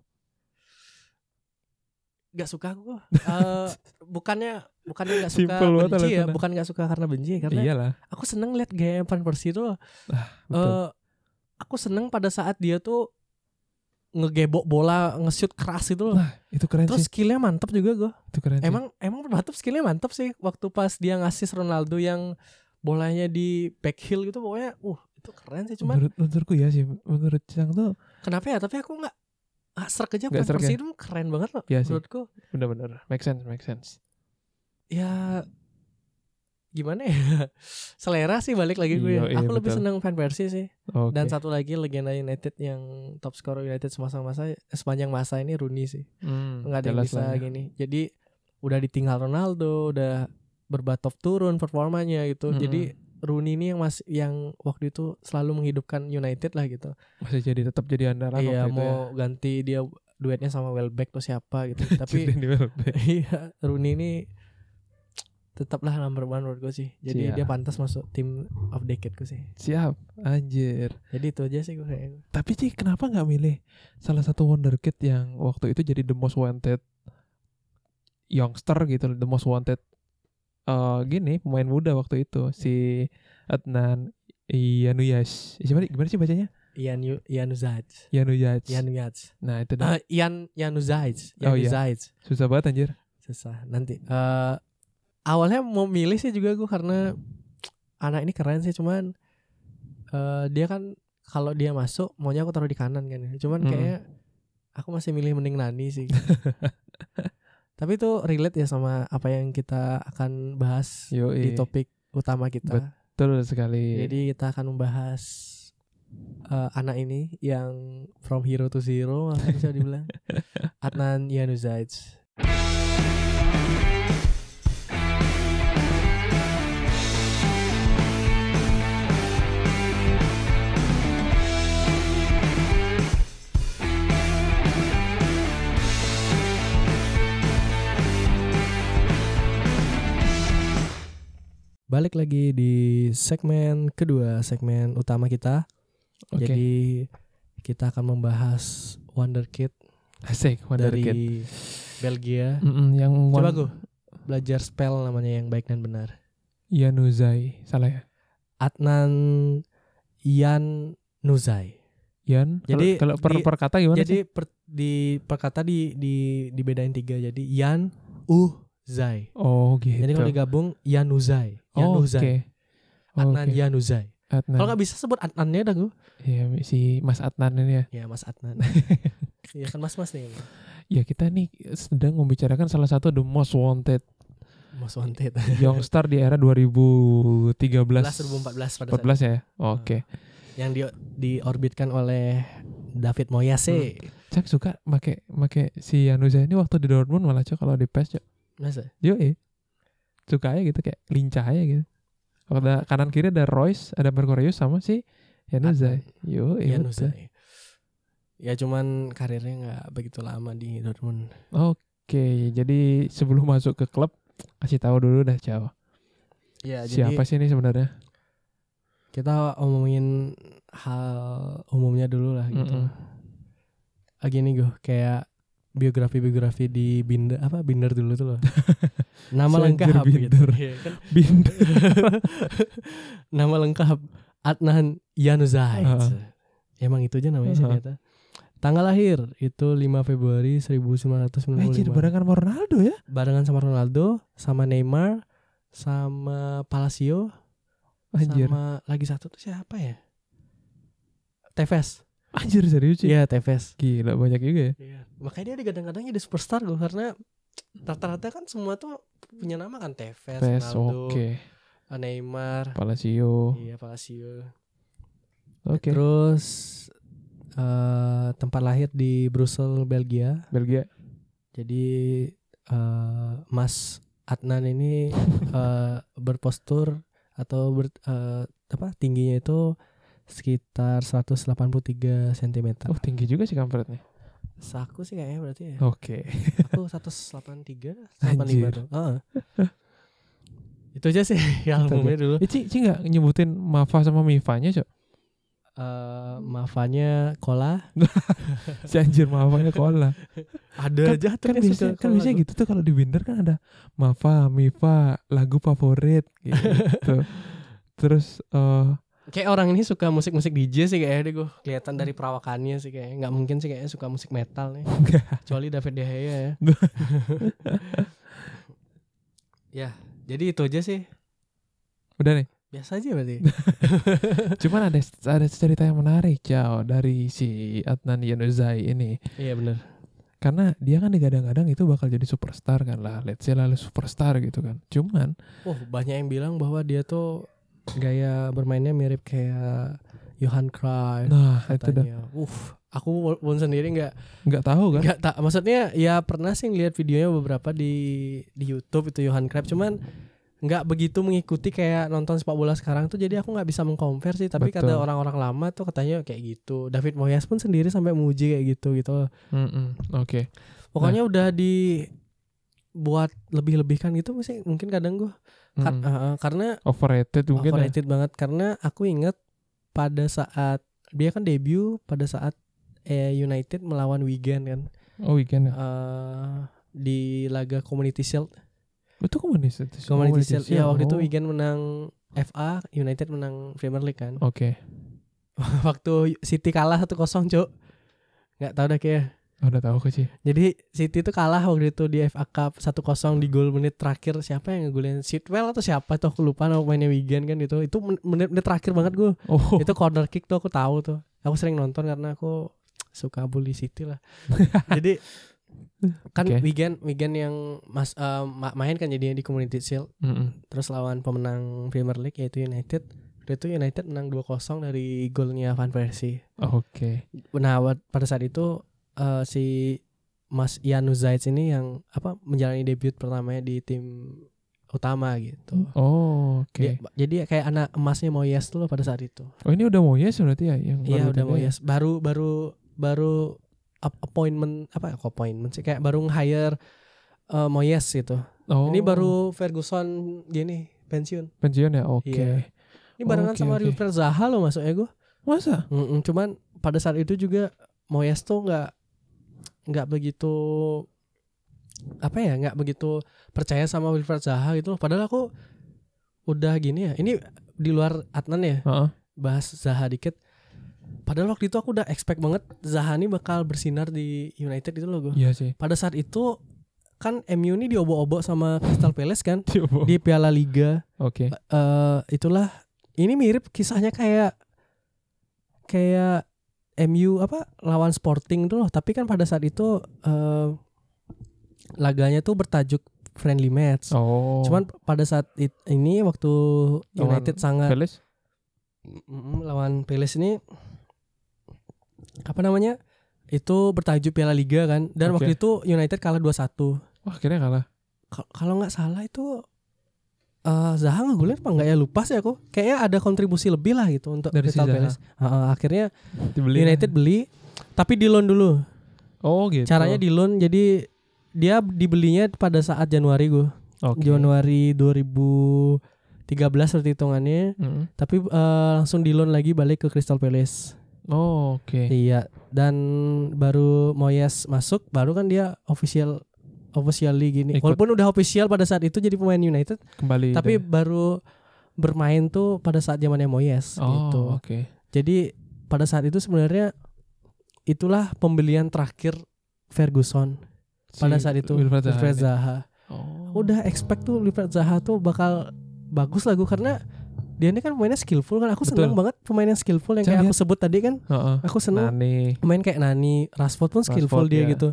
Gak suka aku. Uh, bukannya bukannya gak suka Simple banget benci ya, alasannya. bukan gak suka karena benci karena Iyalah. aku seneng lihat gaya Van Persie tuh. Betul. Uh, aku seneng pada saat dia tuh ngegebok bola, nge-shoot keras itu loh. Nah, itu keren Terus sih. skillnya mantep juga gue. Itu keren Emang emang Berbatov skillnya mantep sih. Waktu pas dia ngasih Ronaldo yang bolanya di back heel gitu, pokoknya, uh itu keren sih. sih. Cuman Menurut menurutku ya sih, menurut Cang tuh kenapa ya? Tapi aku nggak nggak serk aja. Nggak Van serk Persie ya? itu keren banget loh. Iya sih. Menurutku bener-bener make sense, make sense. ya gimana ya? Selera sih balik lagi gue. Iya, iya, Aku lebih betul. seneng Van Persie sih. Oke. Dan satu lagi legenda United yang top scorer United semasa masa sepanjang masa ini Rooney sih. Hmm, Nggak ada yang jelas bisa lah ya. gini. Jadi udah ditinggal Ronaldo, udah berbatop turun performanya gitu. Mm-mm. Jadi Rooney ini yang masih yang waktu itu selalu menghidupkan United lah gitu. Masih jadi tetap jadi andalan Iya, waktu itu ya. mau ganti dia duetnya sama Welbeck tuh siapa gitu. Tapi Jadi Welbeck. iya, Rooney ini tetaplah number one menurut gue sih. Jadi Siap. dia pantas masuk tim of decade gue sih. Siap, anjir. Jadi itu aja sih gue kayaknya. Tapi Ci, kenapa nggak milih salah satu wonderkid yang waktu itu jadi the most wanted youngster gitu, the most wanted eh gini pemain muda waktu itu si Adnan Januzaj. Siapa nih? Gimana sih bacanya? Ian Yu- Januzaj. Januzaj. Januzaj. Nah, itu dah. Ah, Ian Januzaj. Oh, iya. Januzaj. Susah banget anjir. Susah. Nanti eh awalnya mau milih sih juga gue karena anak ini keren sih, cuman eh dia kan kalau dia masuk maunya aku taruh di kanan kan. Cuman Mm. kayaknya aku masih milih mending Nani sih. Tapi itu relate ya sama apa yang kita akan bahas Yoi. di topik utama kita. Betul sekali. Jadi kita akan membahas uh, anak ini yang from hero to zero lah bisa dibilang. Adnan Januzaj. Balik lagi di segmen kedua, segmen utama kita. Oke. Jadi kita akan membahas wonderkid Asik, dari wonderkid. Belgia. Mm-mm, yang Coba one- gue belajar spell namanya yang baik dan benar. Januzaj, salah ya? Adnan Januzaj. Yan. Jadi kalau per, di- per kata gimana Jadi sih? per, di perkata di di dibedain tiga. Jadi Yan Uzaj. Oh gitu. Jadi kalau digabung Januzaj. Oh, Januzaj. oke. Adnan Oke. Januzaj. Adnan. Kalau nggak bisa sebut Adnannya dah gue. Ya, si Mas Adnan ini ya. Ya Mas Adnan. Iya kan mas-mas nih. Ya kita nih sedang membicarakan salah satu the most wanted Most wanted. youngster di era dua ribu tiga belas dua ribu empat belas pada empat belas ya. Oke. yang di diorbitkan oleh David Moyes. Cak suka make make si Januzaj ini waktu di Dortmund malah cok kalau di P E S cok. Masa? Yo eh. Suka aja gitu kayak lincah aja gitu. Kalau ada kanan kiri ada Royce, ada Marco Reus sama si Januzaj. Yo eh. Januzaj. Ya cuman karirnya nggak begitu lama di Dortmund. Oke, jadi sebelum masuk ke klub kasih tahu dulu dah Cao. Ya Siapa jadi sih ini sebenarnya? kita omongin hal umumnya dulu lah gitu. Mm-mm. Ah, gini gue kayak biografi-biografi di Binder apa Binder dulu tuh loh. Nama Sanjir lengkap gitu. Binder. Iya kan? Binder. Nama lengkap Adnan Januzaj. Uh-uh. Emang itu aja namanya sih Uh-uh. ternyata. Tanggal lahir itu lima Februari seribu sembilan ratus sembilan puluh Anjir, lima. barengan sama Ronaldo ya? Barengan sama Ronaldo, sama Neymar, sama Palacio, Anjir. sama lagi satu tuh siapa ya? Tevez. Anjir serius sih. Iya, Tevez. Gila banyak juga ya. Iya. Makanya dia digadang-gadang jadi superstar gue karena rata-rata kan semua tuh punya nama kan Tevez, P E S Ronaldo, oke. Neymar, Palacio. iya Palacio. Oke. Terus eh, tempat lahir di Brussel, Belgia. Belgia. Jadi eh, Mas Adnan ini eh, berpostur atau ber, eh, apa tingginya itu sekitar seratus delapan puluh tiga sentimeter. Oh, tinggi juga sih kampret nih. Saku sih kayaknya berarti ya. Oke. Aku seratus delapan puluh tiga, delapan puluh lima Anjir. tuh. Heeh. Itu aja sih yang Itu umumnya dulu. Eh, Ci, Ci gak nyebutin Mafa sama Mifanya Cok? Eh, Mafanya Kola. Si anjir Mafanya kola. Ada Kan, aja tuh kan kayak biasanya, suka kan Kola biasanya tuh. gitu tuh kalau di Binder kan ada Mafa, Mifa, lagu favorit gitu. Terus eh Kayak orang ini suka musik-musik D J sih kayaknya deh gue. Kelihatan dari perawakannya sih kayaknya. Nggak mungkin sih kayaknya suka musik metal nih. enggak. Kecuali David De Gea ya. Ya, jadi itu aja sih. Udah nih. Biasa aja berarti. Cuman ada ada cerita yang menarik Cao dari si Adnan Januzaj ini. Iya benar. Karena dia kan digadang-gadang itu bakal jadi superstar kan lah. Let's say lalu superstar gitu kan. Cuman Oh, banyak yang bilang bahwa dia tuh gaya bermainnya mirip kayak Johan Cruyff. nah itu dah katanya. Uh, aku pun sendiri nggak nggak tahu kan. nggak tak. Maksudnya ya pernah sih lihat videonya beberapa di di YouTube itu Johan Cruyff. Cuman nggak begitu mengikuti kayak nonton sepak bola sekarang tuh, jadi aku nggak bisa mengcompare sih. Tapi Betul. kata orang-orang lama tuh katanya kayak gitu. David Moyes pun sendiri sampai memuji kayak gitu gitu. Mm-mm. Oke. Pokoknya udah dibuat lebih-lebihkan gitu sih mungkin kadang gue. Kar- Mm. uh, karena Overrated mungkin ya. overrated banget. Karena aku inget pada saat dia kan debut pada saat eh, United melawan Wigan kan, Oh weekend ya. uh, di laga Community Shield. Itu komunis itu. Community Shield. Ya waktu itu Oh. Wigan menang F A, United menang Premier League kan. Oke. Waktu City kalah satu kosong, Cuk. Enggak tahu dah kayak. Oh, udah tahu ke sih. Jadi City itu kalah waktu itu di F A Cup satu kosong di gol menit terakhir. Siapa yang ngegolin? Sitwell atau siapa tuh aku lupa, nama pemainnya Wigan kan itu. Itu menit-menit terakhir banget gue. Oh. Itu corner kick tuh aku tahu tuh. Aku sering nonton karena aku suka bully City lah. Jadi kan Oke. Wigan Wigan yang mas uh, ma- main kan jadinya di Community Shield, Mm-mm. terus lawan pemenang Premier League yaitu United. Itu United menang dua kosong dari golnya Van Persie. Oke. Nah, wa- pada saat itu uh, si Mas Ian Nuzaitz ini yang apa menjalani debut pertamanya di tim utama gitu. Oh, oke. Dia- jadi kayak anak emasnya Moyes tuh loh pada saat itu. Oh, ini udah Moyes berarti ya yang Iya baru udah ini ya? Moyes. Baru baru baru up- appointment apa appointment sih, kayak baru nge-hire uh, Moyes gitu. Oh. Ini baru Ferguson gini pensiun. pensiun ya. Oke. Iya. Ini barengan Oke, sama oke. Wilfried Zaha loh masuknya gue. Masa? Mm-mm, cuman pada saat itu juga Moyes tuh nggak nggak begitu apa ya nggak begitu percaya sama Wilfried Zaha gitu loh. Padahal aku udah gini ya. Ini di luar Adnan ya, Heeh. bahas Zaha dikit. Padahal waktu itu aku udah expect banget Zaha ini bakal bersinar di United itu loh gue. Iya sih. Pada saat itu kan M U ini diobok-obok sama Crystal Palace kan Coba. di Piala Liga. Oke. Eh itulah ini mirip kisahnya kayak kayak M U apa lawan Sporting tuh loh. Tapi kan pada saat itu eh, laganya tuh bertajuk friendly match. Oh. Cuman pada saat it, ini waktu United Lawan sangat Palace? Mm, lawan Palace ini apa namanya? Itu bertajuk Piala Liga kan. Dan Oke. waktu itu United kalah dua satu. Wah, akhirnya kalah. Kal- Kalau nggak salah itu eh Zaha ngegolin apa enggak ya, lupa sih aku. Kayaknya ada kontribusi lebih lah gitu untuk Dari si Crystal Zaha. Palace. Heeh, akhirnya Dibeli. United beli tapi di loan dulu. Oh, gitu. Caranya di loan, jadi dia dibelinya pada saat Januari gue. Oke. Januari dua ribu tiga belas seperti hitungannya. Mm-mm. Tapi eh, langsung di loan lagi balik ke Crystal Palace. Oh, oke. Iya, dan baru Moyes masuk, baru kan dia official officially gini. Ikut. Walaupun udah official pada saat itu jadi pemain United, Kembali. tapi deh. baru bermain tuh pada saat zamannya Moyes Oh, gitu. oke. Jadi pada saat itu sebenarnya itulah pembelian terakhir Ferguson pada Si saat itu Wilfried Zaha Wilfried ini. Zaha. Oh. Udah expect tuh Wilfried Zaha tuh bakal bagus lah gue, karena dia ini kan pemainnya skillful kan. Aku seneng Betul. banget pemain yang skillful yang Saya kayak aku lihat. sebut tadi kan. Heeh. Aku seneng Nani. pemain kayak Nani, Rashford pun skillful Rashford, dia ya. gitu.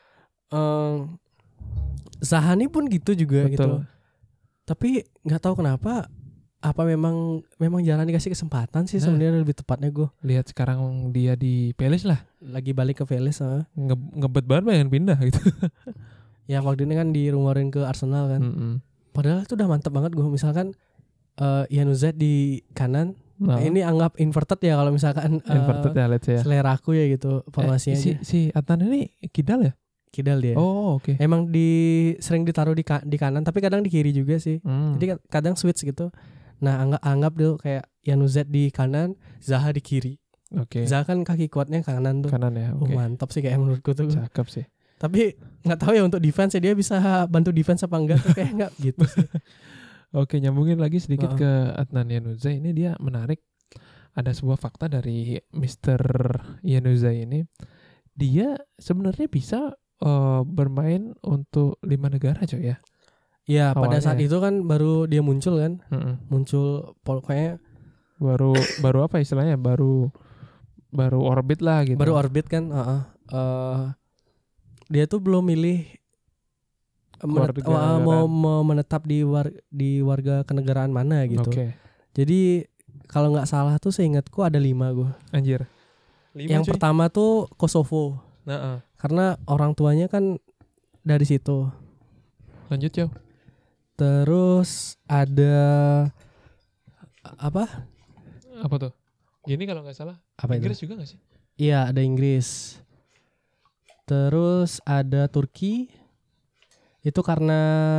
Um, Zaha ini pun gitu juga Betul. gitu. Tapi nggak tahu kenapa, apa memang memang jarang dikasih kesempatan sih Nah. sebenarnya, lebih tepatnya gue. Lihat sekarang dia di Palace lah. Lagi balik ke Palace. ah. Nge- ngebet banget pengen pindah gitu. Ya waktu ini kan dirumorin ke Arsenal kan. Mm-mm. Padahal itu udah mantep banget gue. Misalkan uh, Ian Uzet di kanan. Nah, Ini anggap inverted ya kalau misalkan uh, inverted ya, let's say ya. selera aku ya gitu formasinya Eh, si, aja. si Adnan ini kidal ya? Kidal dia. Oh, oke. Emang di sering ditaruh di ka- di kanan tapi kadang di kiri juga sih. Hmm. Jadi ka- kadang switch gitu. Nah, anggap anggap dulu kayak Januzet di kanan, Zaha di kiri. Oke. Zaha kan kaki kuatnya kanan tuh. Kanan ya, Oh, oke. mantap sih kayak menurutku tuh. Cakep sih. Tapi nggak tahu ya untuk defense ya, dia bisa bantu defense apa enggak tuh kayak enggak gitu sih. Oke, nyambungin lagi sedikit Uh-uh. ke Adnan Januzaj. Ini dia menarik. Ada sebuah fakta dari mister Januzaj ini. Dia sebenarnya bisa uh, bermain untuk lima negara coy ya. Iya, pada Awalnya saat ya. itu kan baru dia muncul kan. Mm-mm. Muncul pokoknya Baru baru apa istilahnya? Baru baru orbit lah gitu. baru orbit kan, heeh. Eh, dia tuh belum milih menet- Kewarganegaraan. mau, mau menetap di war, di warga kenegaraan mana gitu. Oke. Jadi kalau nggak salah tuh seingatku ada lima gue. Anjir. Lima, Yang cuy. pertama tuh Kosovo. Nah, uh. Karena orang tuanya kan dari situ. Lanjut, Cow. Terus ada apa? Apa tuh? Gini kalau nggak salah. Apa Inggris itu? juga nggak sih? Iya, ada Inggris. Terus ada Turki. Itu karena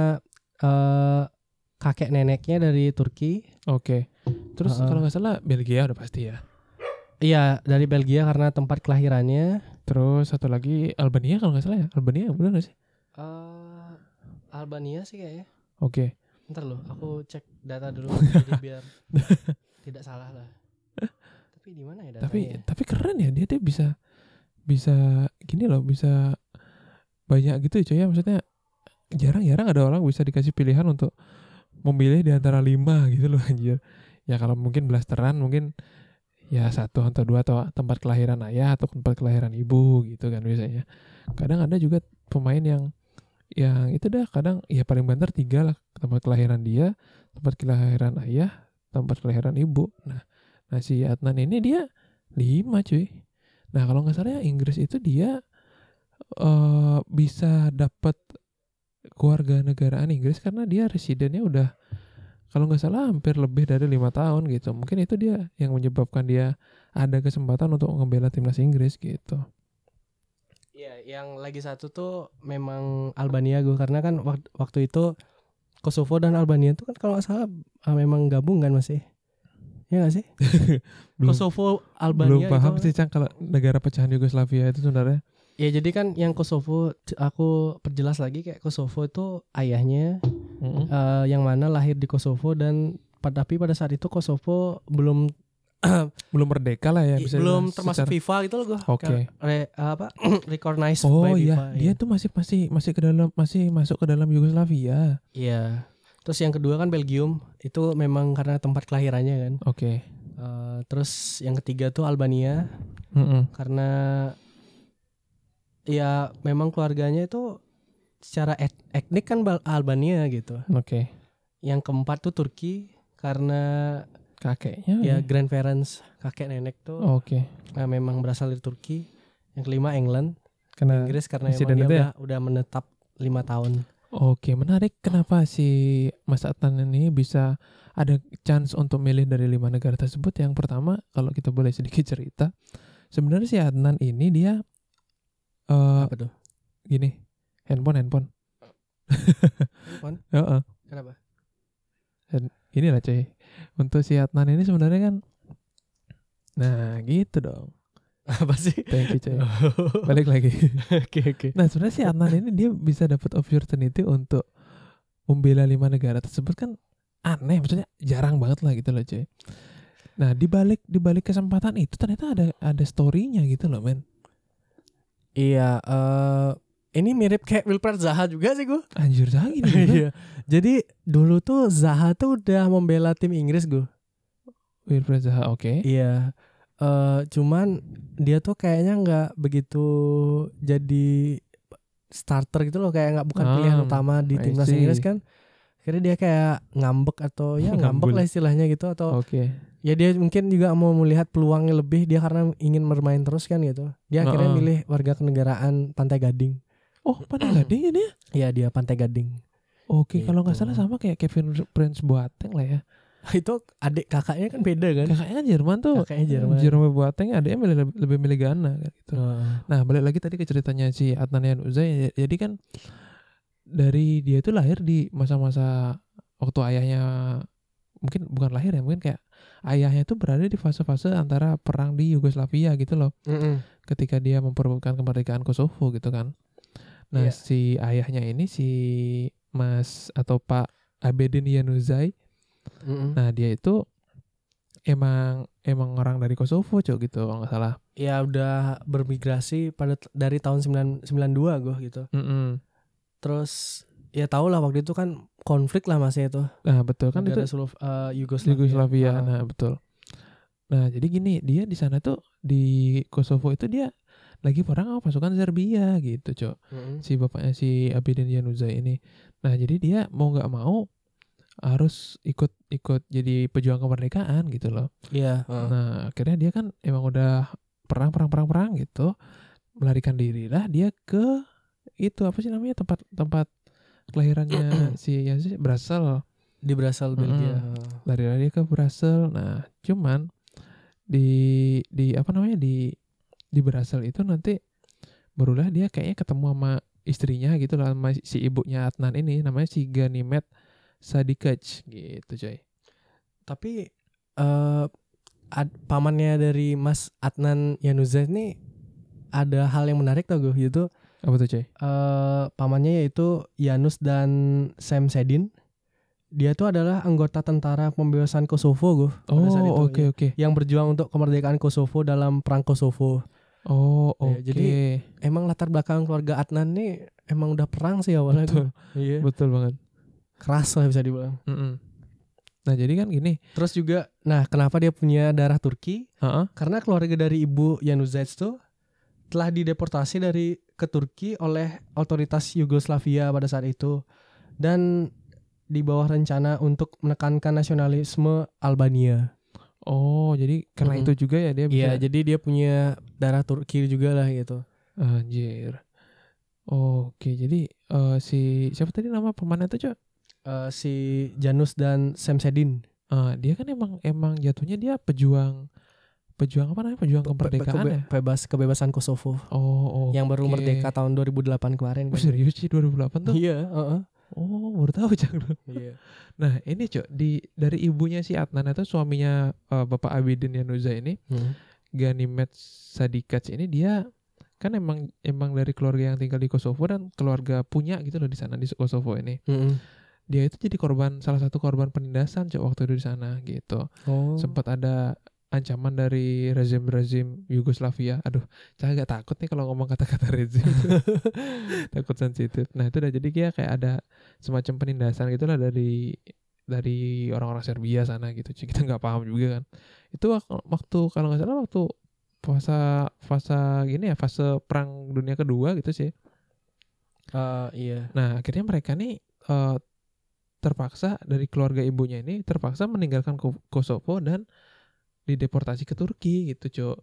uh, kakek neneknya dari Turki. Oke. Terus Uh-uh. kalau nggak salah Belgia udah pasti ya. Iya, dari Belgia karena tempat kelahirannya. Terus satu lagi Albania kalau nggak salah ya. Albania benar nggak sih? Uh, Albania sih kayaknya. Oke. Ntar loh, aku cek data dulu jadi biar tidak salah lah. Tapi di mana ya datanya? Tapi ya? tapi keren ya dia dia bisa bisa gini loh, bisa banyak gitu ya, coy ya. Maksudnya jarang-jarang ada orang bisa dikasih pilihan untuk memilih di antara lima gitu loh, anjir. Ya kalau mungkin blasteran mungkin ya satu atau dua atau tempat kelahiran ayah atau tempat kelahiran ibu gitu kan biasanya. Kadang ada juga pemain yang yang itu dah kadang ya paling banter tiga lah, tempat kelahiran dia, tempat kelahiran ayah, tempat kelahiran ibu. Nah, nah si Adnan ini dia lima, cuy. Nah kalau nggak salah ya Inggris itu dia uh, bisa dapat keluarga negaraan Inggris karena dia residennya udah kalau nggak salah hampir lebih dari lima tahun gitu. Mungkin itu dia yang menyebabkan dia ada kesempatan untuk ngebela timnas Inggris gitu. Iya, yang lagi satu tuh memang Albania gue karena kan wak- waktu itu Kosovo dan Albania tuh kan kalau nggak salah uh, memang gabung kan masih. Ya nggak sih? belum, Kosovo belum Albania paham itu. sih Cang kalau negara pecahan Yugoslavia itu sebenarnya. Ya jadi kan yang Kosovo c- aku perjelas lagi kayak Kosovo itu ayahnya Mm-mm. uh, yang mana lahir di Kosovo dan pada tapi pada saat itu Kosovo belum Belum merdeka lah ya i- bisa belum dibilang termasuk secara- FIFA gitu loh gue. Oke. Re, apa recognized Oh by iya, FIFA. dia tuh masih masih masih ke dalam masih masuk ke dalam Yugoslavia. Iya. Terus yang kedua kan Belgium, itu memang karena tempat kelahirannya kan. Oke. Uh, terus yang ketiga tuh Albania Mm-mm. karena ya memang keluarganya itu secara et- etnik kan Bal- Albania gitu. Oke. Yang keempat tuh Turki karena Kakeknya ya ya. grandparents kakek nenek tuh Oke. uh, memang berasal dari Turki. Yang kelima England, Karena Inggris karena presiden emang dia itu ya? udah udah menetap lima tahun. Oke, menarik. Kenapa si Mas Adnan ini bisa ada chance untuk milih dari lima negara tersebut? Yang pertama, kalau kita boleh sedikit cerita, sebenarnya si Adnan ini dia uh, Apa tuh? gini, handphone handphone. Handphone? Heeh. Kenapa? Inilah cuy. Untuk si Adnan ini sebenarnya kan, nah gitu dong. Apa sih? Thank you cuy. Balik lagi. Oke oke. Nah sebenarnya si Adnan ini dia bisa dapat opportunity untuk membela lima negara tersebut kan aneh, maksudnya jarang banget lah gitu loh cuy. Nah di balik di balik kesempatan itu ternyata ada ada story-nya gitu loh men. Iya, eh ini mirip kayak Wilfried Zaha juga sih gue. Anjir Zaha gini juga. Iya. Jadi dulu tuh Zaha tuh udah membela tim Inggris gue. Wilfried Zaha oke. Iya. Eh cuman dia tuh kayaknya nggak begitu jadi starter gitu loh, kayak nggak bukan Ah, pilihan utama di I timnas see. Inggris kan. Akhirnya dia kayak ngambek atau ya ngambek Ngambul. lah istilahnya gitu, atau Oke. ya dia mungkin juga mau melihat peluangnya lebih, dia karena ingin bermain terus kan gitu. Dia akhirnya Heeh. milih warga kenegaraan Pantai Gading. Oh Pantai Gading ini ya? Iya, dia Pantai Gading. Oke kalau nggak Gitu. salah sama kayak Kevin Prince Boateng lah ya. Itu adik kakaknya kan beda kan? Kakaknya kan Jerman tuh. Kakaknya Jerman. Jerome Boateng adiknya milih, lebih milih Ghana kan gitu. Heeh. Nah balik lagi tadi ke ceritanya si Adnan Januzaj. Jadi kan dari dia itu lahir di masa-masa waktu ayahnya mungkin bukan lahir ya, mungkin kayak ayahnya itu berada di fase-fase antara perang di Yugoslavia gitu loh. Mm-mm. Ketika dia memperebutkan kemerdekaan Kosovo gitu kan. Nah Iya. si ayahnya ini si Mas atau Pak Abedin Januzaj. Mm-mm. Nah dia itu emang emang orang dari Kosovo cok gitu kalau nggak salah. Ya udah bermigrasi pada t- dari tahun sembilan sembilan dua gue gitu. Mm-mm. Terus ya tau lah waktu itu kan konflik lah masih itu. Nah betul kan Negara itu Slov- eh, Yugoslavia. Yugoslavia. Ah. Nah betul. Nah jadi gini dia di sana tuh di Kosovo itu dia lagi perang sama pasukan Serbia gitu, Cok. Mm-mm. Si bapaknya si Abidin Januzaj ini. Nah, jadi dia mau nggak mau harus ikut ikut jadi pejuang kemerdekaan gitu loh. Iya. heeh. Nah, akhirnya dia kan emang udah perang perang perang perang gitu, melarikan diri lah dia ke itu apa sih namanya tempat tempat kelahirannya si ya sih Brussels. Di Brussels, Belgia. Mm-mm. Lari-lari ke Brussels. Nah, cuman di di apa namanya di di Brussels itu nanti barulah dia kayaknya ketemu sama istrinya gitu lah, sama si ibunya Adnan ini namanya si Ganimet Sadikac gitu, coy. Tapi eh ad- pamannya dari Mas Adnan Januzaj ini ada hal yang menarik tau gue gitu. Apa tuh, coy? Eh pamannya yaitu Janus dan Sam Sedin. Dia tuh adalah anggota tentara pembebasan Kosovo gue pada saat itu. Oh, oke ya. oke. Yang berjuang untuk kemerdekaan Kosovo dalam perang Kosovo. Oh, Ya, oke. jadi emang latar belakang keluarga Adnan nih emang udah perang sih awalnya. Betul. Gue. Iya. Betul banget. Keras lah bisa dibilang. Mm-mm. Nah, jadi kan gini, Terus juga, nah kenapa dia punya darah Turki? heeh. Karena keluarga dari ibu Januzaj tuh telah dideportasi dari ke Turki oleh otoritas Yugoslavia pada saat itu, dan di bawah rencana untuk menekankan nasionalisme Albania. Oh, jadi karena Mm-mm. itu juga ya dia bisa. Iya, jadi dia punya darah Turki juga lah gitu. Anjir. Oke, jadi eh, si siapa tadi nama pemanah itu, Cok? Eh, si Janus dan Sam Sedin. Eh, dia kan emang emang jatuhnya dia pejuang pejuang apa namanya? Pejuang kemerdekaan Kebe- ya? bebas kebebasan Kosovo. Oh, oke. Yang baru merdeka tahun dua ribu delapan kemarin. Oh, kan. serius sih dua ribu delapan tuh? Iya, heeh. Oh, baru tahu, Cak. Iya. Nah, ini, Cok, di dari ibunya si Adnan itu suaminya eh, Bapak Abidin Januzaj ini, Hmm. Ganimet Sadikac ini dia kan emang emang dari keluarga yang tinggal di Kosovo dan keluarga punya gitu loh di sana di Kosovo ini. Mm-mm. Dia itu jadi korban salah satu korban penindasan, Cok, waktu itu di sana gitu. Oh. Sempat ada ancaman dari rezim-rezim Yugoslavia. Aduh, saya agak takut nih kalau ngomong kata-kata rezim. Takut sensitif. Nah, itu udah jadi dia kayak ada semacam penindasan gitulah dari dari orang-orang Serbia sana gitu. Cik. Kita nggak paham juga kan. Itu wak- waktu kalau nggak salah waktu fase fase gini ya, fase perang dunia kedua gitu sih. Eh, iya. Nah, akhirnya mereka nih eh, terpaksa dari keluarga ibunya ini terpaksa meninggalkan Ko- Kosovo dan dideportasi ke Turki gitu, Cok.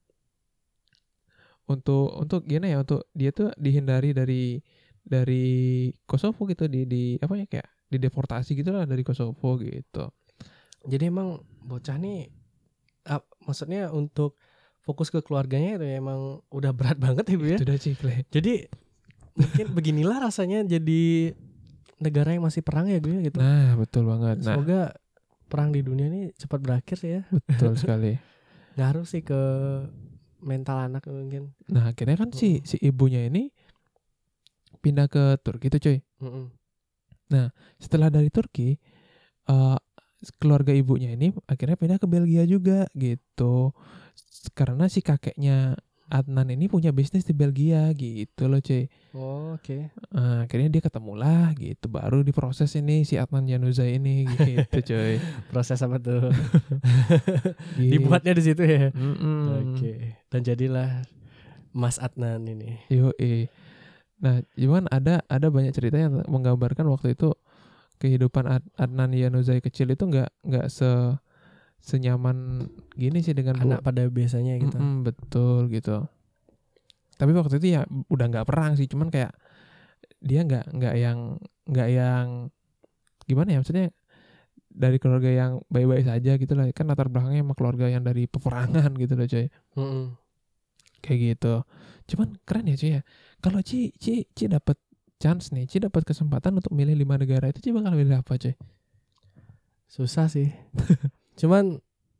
Untuk untuk gini ya, untuk dia tuh dihindari dari dari Kosovo gitu, di di apa ya kayak dideportasi gitu lah dari Kosovo gitu. Jadi emang bocah nih, ap- maksudnya untuk fokus ke keluarganya itu ya emang udah berat banget ya Bu ya. Itu dah Cikle. Jadi mungkin beginilah rasanya jadi negara yang masih perang ya gue gitu. Nah, betul banget. Nah, Semoga perang di dunia ini cepat berakhir sih ya. betul sekali. Ngaruh sih ke mental anak mungkin. Nah, akhirnya kan si si ibunya ini pindah ke Turki tuh, coy. Mm-mm. Setelah dari Turki, eh keluarga ibunya ini akhirnya pindah ke Belgia juga gitu. S- Karena si kakeknya Adnan ini punya bisnis di Belgia gitu loh, cuy. Oh, oke. Nah, akhirnya dia ketemulah gitu, baru diproses ini si Adnan Januzaj ini gitu, coy. Proses apa tuh? Gitu. Dibuatnya di situ ya. Mm-mm. Oke. Dan jadilah Mas Adnan ini. Yoi. Nah, cuman ada ada banyak cerita yang menggambarkan waktu itu kehidupan Ad- Adnan Januzaj kecil itu nggak nggak se senyaman gini sih dengan bu- Anak pada biasanya gitu. Mm-mm, betul gitu. Tapi waktu itu ya udah nggak perang sih, cuman kayak dia nggak nggak yang nggak yang gimana ya, maksudnya dari keluarga yang baik-baik saja gitu lah, kan latar belakangnya emang keluarga yang dari peperangan gitu loh, coy. Mm-mm. Kayak gitu. Cuman keren ya, cuy ya. Kalau Ci Ci Ci dapat chance nih, Ci dapat kesempatan untuk milih lima negara itu, Ci bakal milih apa, cuy? Susah sih. Cuman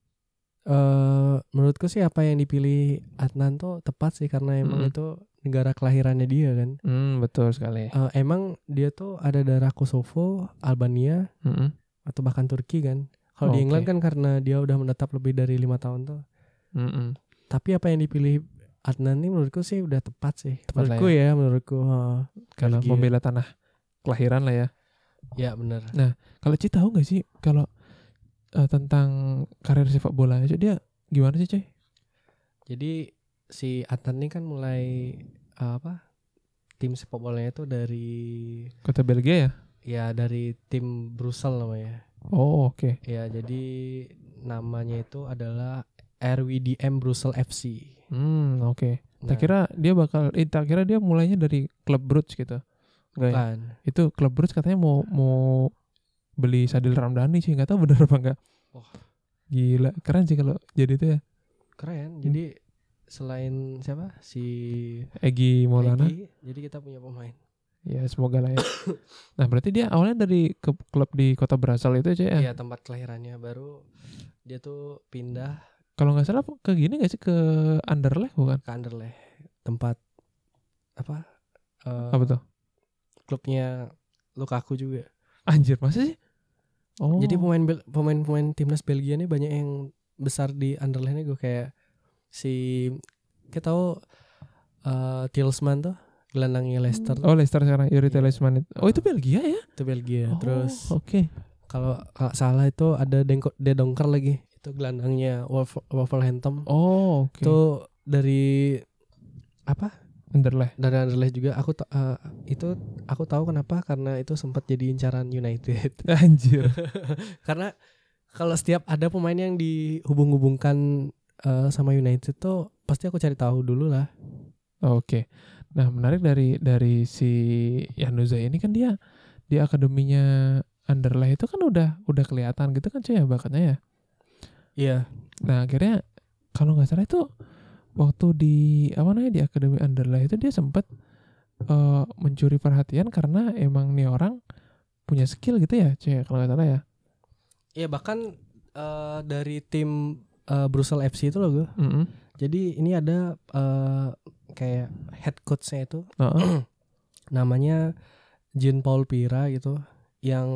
eh menurutku sih apa yang dipilih Adnan tuh tepat sih karena emang Mm-mm. itu negara kelahirannya dia kan. Hmm, betul sekali. Eh, emang dia tuh ada darah Kosovo, Albania Mm-mm. atau bahkan Turki kan. Kalau di Oke. England kan karena dia udah menetap lebih dari lima tahun tuh. Mm-mm. Tapi apa yang dipilih Adnan ini menurutku sih udah tepat sih. Tepat lah menurutku ya. menurutku. Oh, Karena Belgia. membela tanah kelahiran lah ya. Ya benar. Kalau Ci tahu nggak sih kalau eh, tentang karir sepak bola, Ci, dia gimana sih, cuy? Jadi si Adnan ini kan mulai uh, apa tim sepak bolanya itu dari Kota Belgia ya? ya dari tim Brussels namanya. Oh, oke. Okay. Ya jadi namanya itu adalah R W D M Brussels F C. Hmm, oke. Okay. Nah, tak kira dia bakal eh tak kira dia mulainya dari klub Brugge gitu. Enggak ya? bukan. Itu klub Brugge katanya mau mau beli Sadil Ramdhani sih, enggak tahu bener apa enggak. Wah. Gila, keren sih kalau jadi itu ya. Keren. Hmm. Jadi selain siapa? Si Egy Maulana. Egy, jadi kita punya pemain. Ya, semoga lah ya. Nah, berarti dia awalnya dari ke klub di kota Brazzaville itu aja ya? Iya, tempat kelahirannya. Baru dia tuh pindah Kalau nggak salah ke gini nggak sih, ke Anderlecht bukan? ke Anderlecht. Tempat apa? Uh, Apa tuh? Klubnya Lukaku juga. Anjir, masa sih? Oh. Jadi pemain Bel- pemain-pemain timnas Belgia nih banyak yang besar di Anderlecht nih, gue kayak si kita tahu uh, Tielemans tuh gelandangnya Leicester. Oh, Leicester sekarang Yuri Iya. Tielemans. Oh, itu Belgia ya? Itu Belgia. Oh, Terus oke. Okay. kalau nggak salah itu ada Denko, De Donker lagi. Itu gelandangnya Wolf, Wolverhampton. Oh, oke. Okay. Itu dari apa? Anderlecht. Dari Anderlecht juga. Aku ta- uh, itu aku tahu kenapa, karena itu sempat jadi incaran United. Anjir. Karena kalau setiap ada pemain yang dihubung-hubungkan uh, sama United tuh pasti aku cari tahu dulu lah. Oke. Okay. Nah, menarik dari dari si Yanuza ini kan dia di akademinya Anderlecht itu kan udah udah kelihatan gitu kan cuy ya bakatnya ya. Iya. Nah, akhirnya kalau nggak salah itu waktu di apa namanya di akademi Anderlecht itu dia sempat uh, mencuri perhatian karena emang nih orang punya skill gitu ya cuy kalau nggak salah ya. Iya, bahkan uh, dari tim uh, Brussels F C itu loh gue. Mm-hmm. Jadi ini ada uh, kayak head coach-nya itu Uh-uh. namanya Jean Paul Pira gitu, yang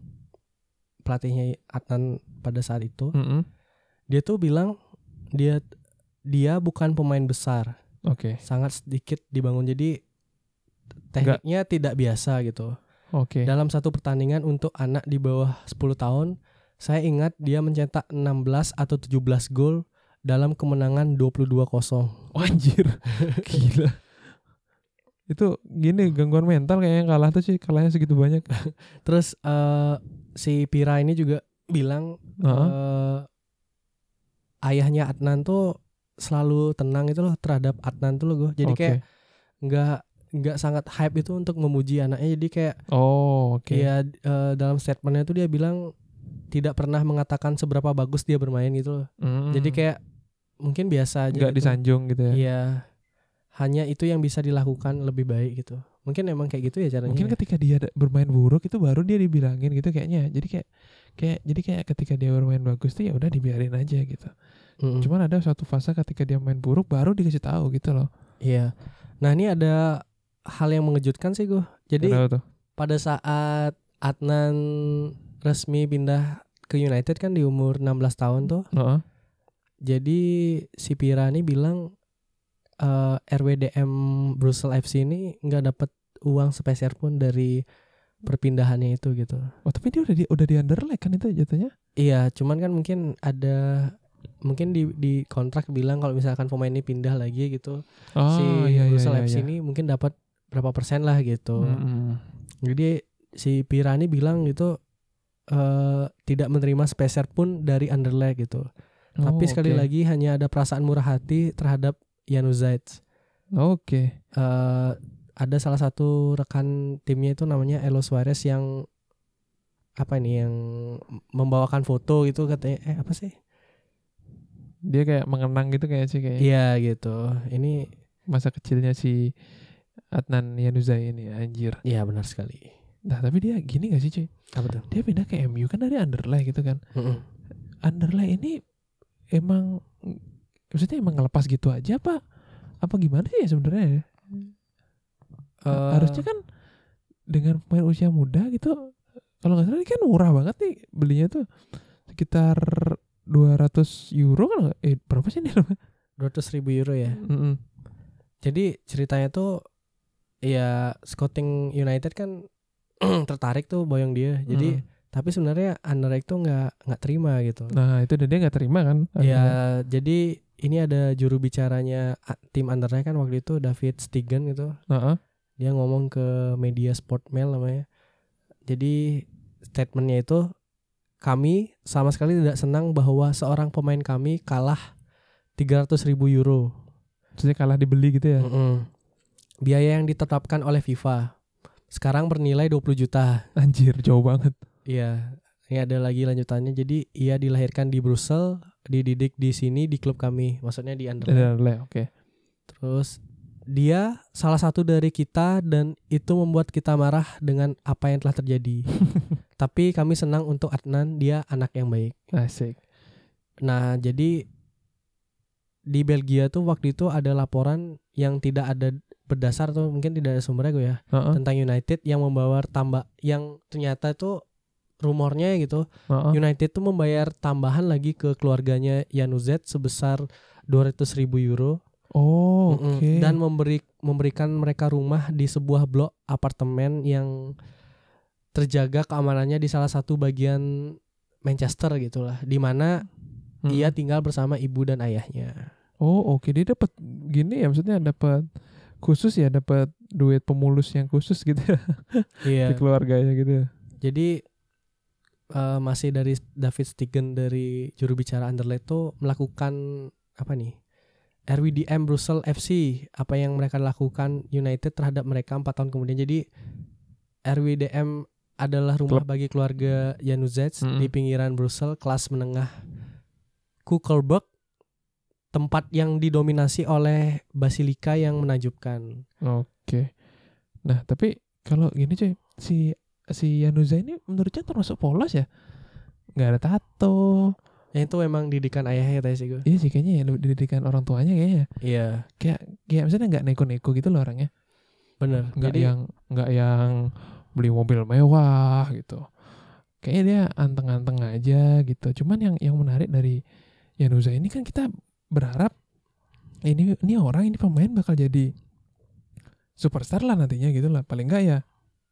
pelatihnya Adnan pada saat itu. Mm-hmm. Dia tuh bilang dia dia bukan pemain besar. Oke. Okay. Sangat sedikit dibangun, jadi tekniknya Nggak. tidak biasa gitu. Oke. Okay. Dalam satu pertandingan untuk anak di bawah sepuluh tahun, saya ingat dia mencetak enam belas atau tujuh belas gol dalam kemenangan dua puluh dua kosong. Oh, anjir. Gila. Itu gini gangguan mental kayaknya kalah tuh sih, kalahnya segitu banyak. Terus uh, si Pira ini juga bilang uh-huh. uh, ayahnya Adnan tuh selalu tenang itu loh terhadap Adnan tuh loh gue. Jadi okay. kayak nggak nggak sangat hype itu untuk memuji anaknya. Jadi kayak oh oke. Okay. Ya uh, dalam statementnya tuh dia bilang tidak pernah mengatakan seberapa bagus dia bermain gitu loh. Mm. Jadi kayak mungkin biasa aja. Nggak gitu. Disanjung gitu ya. Iya. Hanya itu yang bisa dilakukan lebih baik gitu. Mungkin emang kayak gitu ya caranya. Mungkin ya. ketika dia bermain buruk itu baru dia dibilangin gitu kayaknya. Jadi kayak kayak jadi kayak ketika dia bermain bagus tuh ya udah dibiarin aja gitu. Mm-hmm. Cuman ada suatu fase ketika dia main buruk baru dikasih tahu gitu loh. Iya. Nah, ini ada hal yang mengejutkan sih gue. Jadi pada saat Adnan resmi pindah ke United kan di umur enam belas tahun tuh. Uh-huh. Jadi si Pira ini bilang uh, R W D M Brussels F C ini nggak dapat uang sepeser pun dari perpindahannya itu gitu. Oh, tapi dia udah di udah di Anderlecht kan itu jatuhnya? Iya, cuman kan mungkin ada mungkin di di kontrak bilang kalau misalkan pemain ini pindah lagi gitu, oh, si iya, Brussels iya, F C iya. ini mungkin dapat berapa persen lah gitu. Mm-hmm. Jadi si Pira ini bilang gitu uh, tidak menerima sepeser pun dari Anderlecht gitu. Oh, tapi sekali okay. lagi hanya ada perasaan murah hati terhadap Januzaj. Oke. Okay. Uh, ada salah satu rekan timnya itu namanya Elo Suarez yang apa ini yang membawakan foto gitu katanya eh apa sih? Dia kayak mengenang gitu kayak sih kayak. Iya gitu. Ini masa kecilnya si Adnan Januzaj ini anjir. Iya benar sekali. Nah tapi dia gini gak sih cuy? Apa tuh? Dia pindah ke M U kan dari Anderlecht gitu kan. Mm-mm. Anderlecht ini emang maksudnya emang ngelepas gitu aja apa? Apa gimana sih ya sebenarnya? Uh, harusnya kan dengan pemain usia muda gitu, kalau nggak salah ini kan murah banget nih belinya tuh sekitar dua ratus euro kan? Eh berapa sih nih? dua ratus ribu euro ya. Mm-hmm. Jadi ceritanya tuh ya Scouting United kan tertarik tuh boyong dia. Jadi mm. tapi sebenarnya Anderlecht tuh nggak nggak terima gitu. Nah itu dia nggak terima kan? Ya jadi ini ada juru bicaranya a- tim Anderlecht kan waktu itu David Stegen gitu. Heeh. Dia ngomong ke media Sportmail namanya. Jadi statementnya itu, kami sama sekali tidak senang bahwa seorang pemain kami kalah tiga ratus ribu euro. Maksudnya kalah dibeli gitu ya. Mm-mm. Biaya yang ditetapkan oleh FIFA sekarang bernilai dua puluh juta. Anjir, jauh banget. Iya, ini ada lagi lanjutannya. Jadi ia dilahirkan di Brussel, dididik di sini di klub kami, maksudnya di Anderlecht. Anderlecht, oke. Terus dia salah satu dari kita dan itu membuat kita marah dengan apa yang telah terjadi. Tapi kami senang untuk Adnan, dia anak yang baik. Asik. Nah, jadi di Belgia tuh waktu itu ada laporan yang tidak ada berdasar tuh, mungkin tidak ada sumbernya gue ya, Heeh. tentang United yang membayar tambah, yang ternyata itu rumornya gitu, Heeh. United tuh membayar tambahan lagi ke keluarganya Januzet sebesar dua ratus ribu euro. Oh, Mm-mm. oke. Dan memberi memberikan mereka rumah di sebuah blok apartemen yang terjaga keamanannya di salah satu bagian Manchester gitulah, di mana Mm-mm. ia tinggal bersama ibu dan ayahnya. Oh, oke. Dia dapat gini ya, maksudnya dapat khusus ya, dapat duit pemulus yang khusus gitu ya. Iya. Di keluarganya gitu ya. Jadi uh, masih dari David Stegen dari juru bicara Anderlecht tuh melakukan apa nih? R W D M Brussels F C, apa yang mereka lakukan United terhadap mereka empat tahun kemudian. Jadi R W D M adalah rumah Klub. bagi keluarga Januzet Mm-mm. di pinggiran Brussels, kelas menengah Kukelberg, tempat yang didominasi oleh basilika yang menakjubkan. Oke. Nah, tapi kalau gini cuy, si si Yanuza ini menurutnya termasuk polos ya? Nggak ada tato. Yang itu memang didikan ayahnya tadi sih gue. Iya sih kayaknya ya, lebih didikan orang tuanya kayaknya. Iya, Kayak kayak misalnya nggak neko-neko gitu loh orangnya. bener. Nggak Jadi yang nggak yang beli mobil mewah gitu. Kayaknya dia anteng-anteng aja gitu. Cuman yang yang menarik dari Yanuza ini kan kita berharap ini ini orang ini pemain bakal jadi superstar lah nantinya gitu lah. Paling enggak ya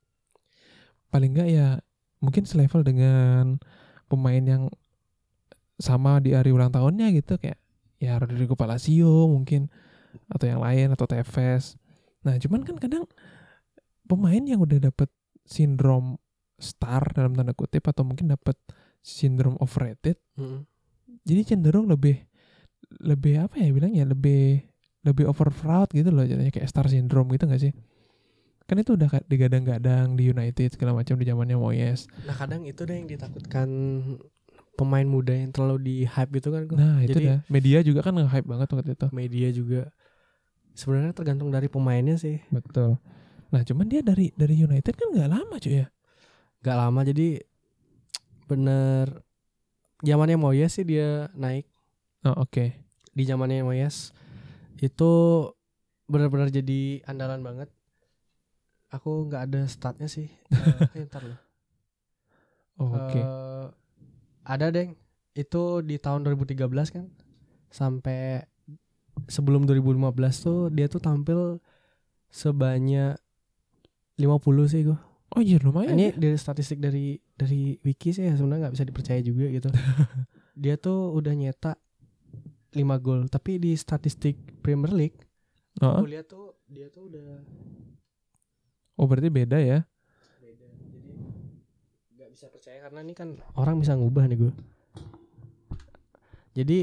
paling enggak ya mungkin selevel dengan pemain yang sama di hari ulang tahunnya gitu, kayak ya Rodrigo Palacio mungkin, atau yang lain, atau Tevez. Nah cuman kan kadang pemain yang udah dapet sindrom star dalam tanda kutip, atau mungkin dapet sindrom overrated, mm, jadi cenderung lebih lebih apa ya bilangnya, lebih lebih over fraud gitu loh, jadinya kayak star syndrome gitu nggak sih? Kan itu udah ka- digadang-gadang di United segala macam di zamannya Moyes. nah kadang itu deh yang ditakutkan pemain muda yang terlalu di hype itu kan. Nah itu Jadi dah, media juga kan nge-hype banget waktu itu. media juga sebenarnya tergantung dari pemainnya sih. Betul. Nah cuman dia dari dari United kan nggak lama cuy ya. Gak lama, jadi bener zamannya Moyes sih dia naik. Oh oke. Di zamannya Moyes itu benar-benar jadi andalan banget. Aku nggak ada statnya sih. Eh, ntar loh. Oh, oke. Eh, ada deng. Itu di tahun dua ribu tiga belas kan, sampai sebelum dua ribu lima belas tuh dia tuh tampil sebanyak lima puluh sih gue. Oh iya lumayan. Ini Ya. dari statistik dari dari wiki sih ya, sebenarnya nggak bisa dipercaya juga gitu. Dia tuh udah nyetak lima gol, tapi di statistik Premier League Oh, aku lihat tuh dia tuh udah oh berarti beda ya. beda. Jadi nggak bisa percaya karena ini kan orang bisa ngubah nih gue. Jadi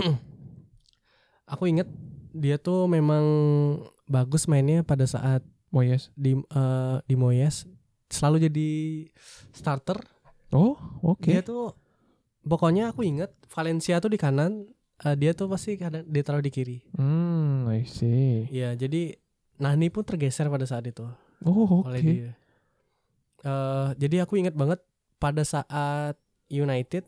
aku inget dia tuh memang bagus mainnya pada saat Moyes. di eh, di Moyes, selalu jadi starter. Oh oke. Dia tuh pokoknya aku inget Valencia tuh di kanan, eh, dia tuh pasti kadang dia taruh di kiri. Hmm, I see. Iya, jadi Nani pun tergeser pada saat itu Oh oke. oleh dia. Eh, jadi aku inget banget pada saat United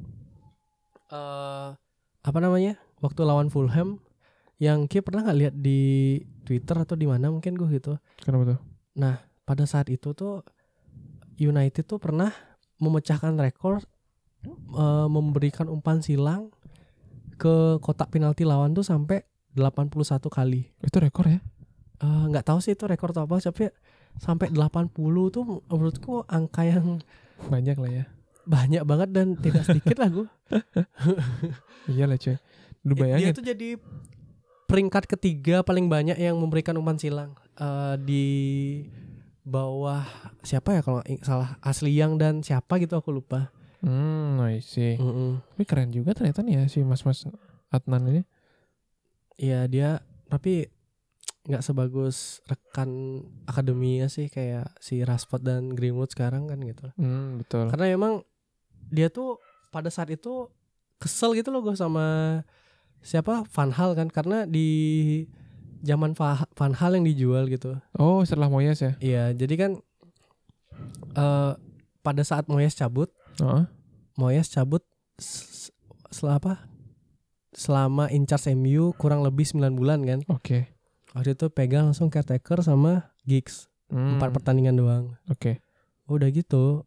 eh apa namanya waktu lawan Fulham, yang Ki pernah nggak lihat di Twitter atau di mana mungkin gue gitu. Kenapa tuh? Pada saat itu tuh United tuh pernah memecahkan rekor eh, memberikan umpan silang ke kotak penalti lawan tuh sampai delapan puluh satu kali. Itu rekor ya? Eh, nggak tahu sih itu rekor atau apa, tapi sampai delapan puluh tuh menurutku angka yang Banyak lah ya. banyak banget dan tidak sedikit lah gue. Iya lah cuy. Lu Dia bayangin. tuh jadi peringkat ketiga paling banyak yang memberikan umpan silang uh, di bawah siapa ya kalau ing- salah Asli Yang dan siapa gitu aku lupa. Hmm, I see. Mm-mm. Tapi keren juga ternyata nih ya si Mas-mas Adnan ini. Iya dia tapi nggak sebagus rekan akademinya sih kayak si Rashford dan Greenwood sekarang kan gitu. Hmm, betul. Karena emang dia tuh pada saat itu kesel gitu loh gue sama siapa Van Hal kan karena di zaman Fa- Van Hal yang dijual gitu. Oh, setelah Moyes ya. Iya, jadi kan eh pada saat Moyes cabut, Heeh. Moyes cabut s- setelah apa? Selama in charge M U kurang lebih sembilan bulan kan. Oke. Waktu itu pegang langsung caretaker sama Giggs. Hmm, Empat pertandingan doang. Oke. Udah gitu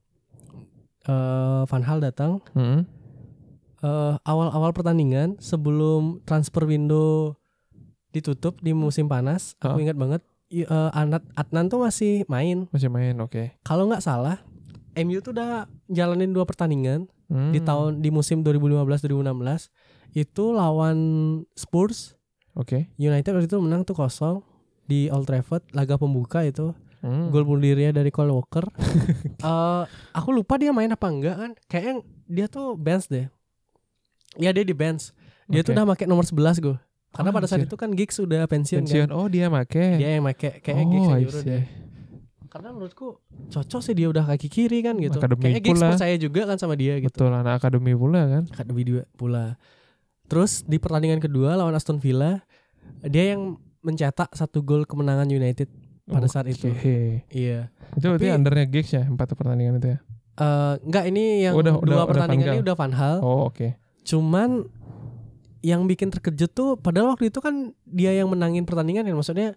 eh Van Hal datang Hmm. eh, awal-awal pertandingan sebelum transfer window ditutup di musim panas. Aku Oh. ingat banget i- eh, Anat Adnan tuh masih main. Masih main, oke. Kalau nggak salah M U tuh udah jalanin dua pertandingan Hmm. di tahun di musim dua ribu lima belas dua ribu enam belas. Itu lawan Spurs, Oke. United waktu itu menang tuh kosong di Old Trafford, laga pembuka itu. Hmm. Gol bunuh dirinya dari Cole Walker. Eh, aku lupa dia main apa enggak kan. Kayaknya dia tuh bench deh. Ya dia di bench. Dia tuh Oke. udah pakai nomor sebelas gue. Karena Oh, pada saat anjir. itu kan Giggs udah pensiun, Pensiun. kan. Oh, dia make. Dia yang pakai kayaknya oh, Giggs yang I nyuruh see. deh. Karena menurutku cocok sih dia udah kaki kiri kan gitu. Akademi Kayaknya Giggs pula. percaya juga kan sama dia gitu. Betul, anak akademi pula kan. Akademi dua pula. Terus di pertandingan kedua lawan Aston Villa, dia yang mencetak satu gol kemenangan United pada saat itu. Oke. Iya. Itu berarti Tapi- undernya Giggs ya, empat pertandingan itu ya. Eh, enggak ini yang Udah- dua udah- udah pertandingan Van ini Gaal. udah Van Hal. Oh, oke. Cuman yang bikin terkejut tuh padahal waktu itu kan dia yang menangin pertandingan kan, maksudnya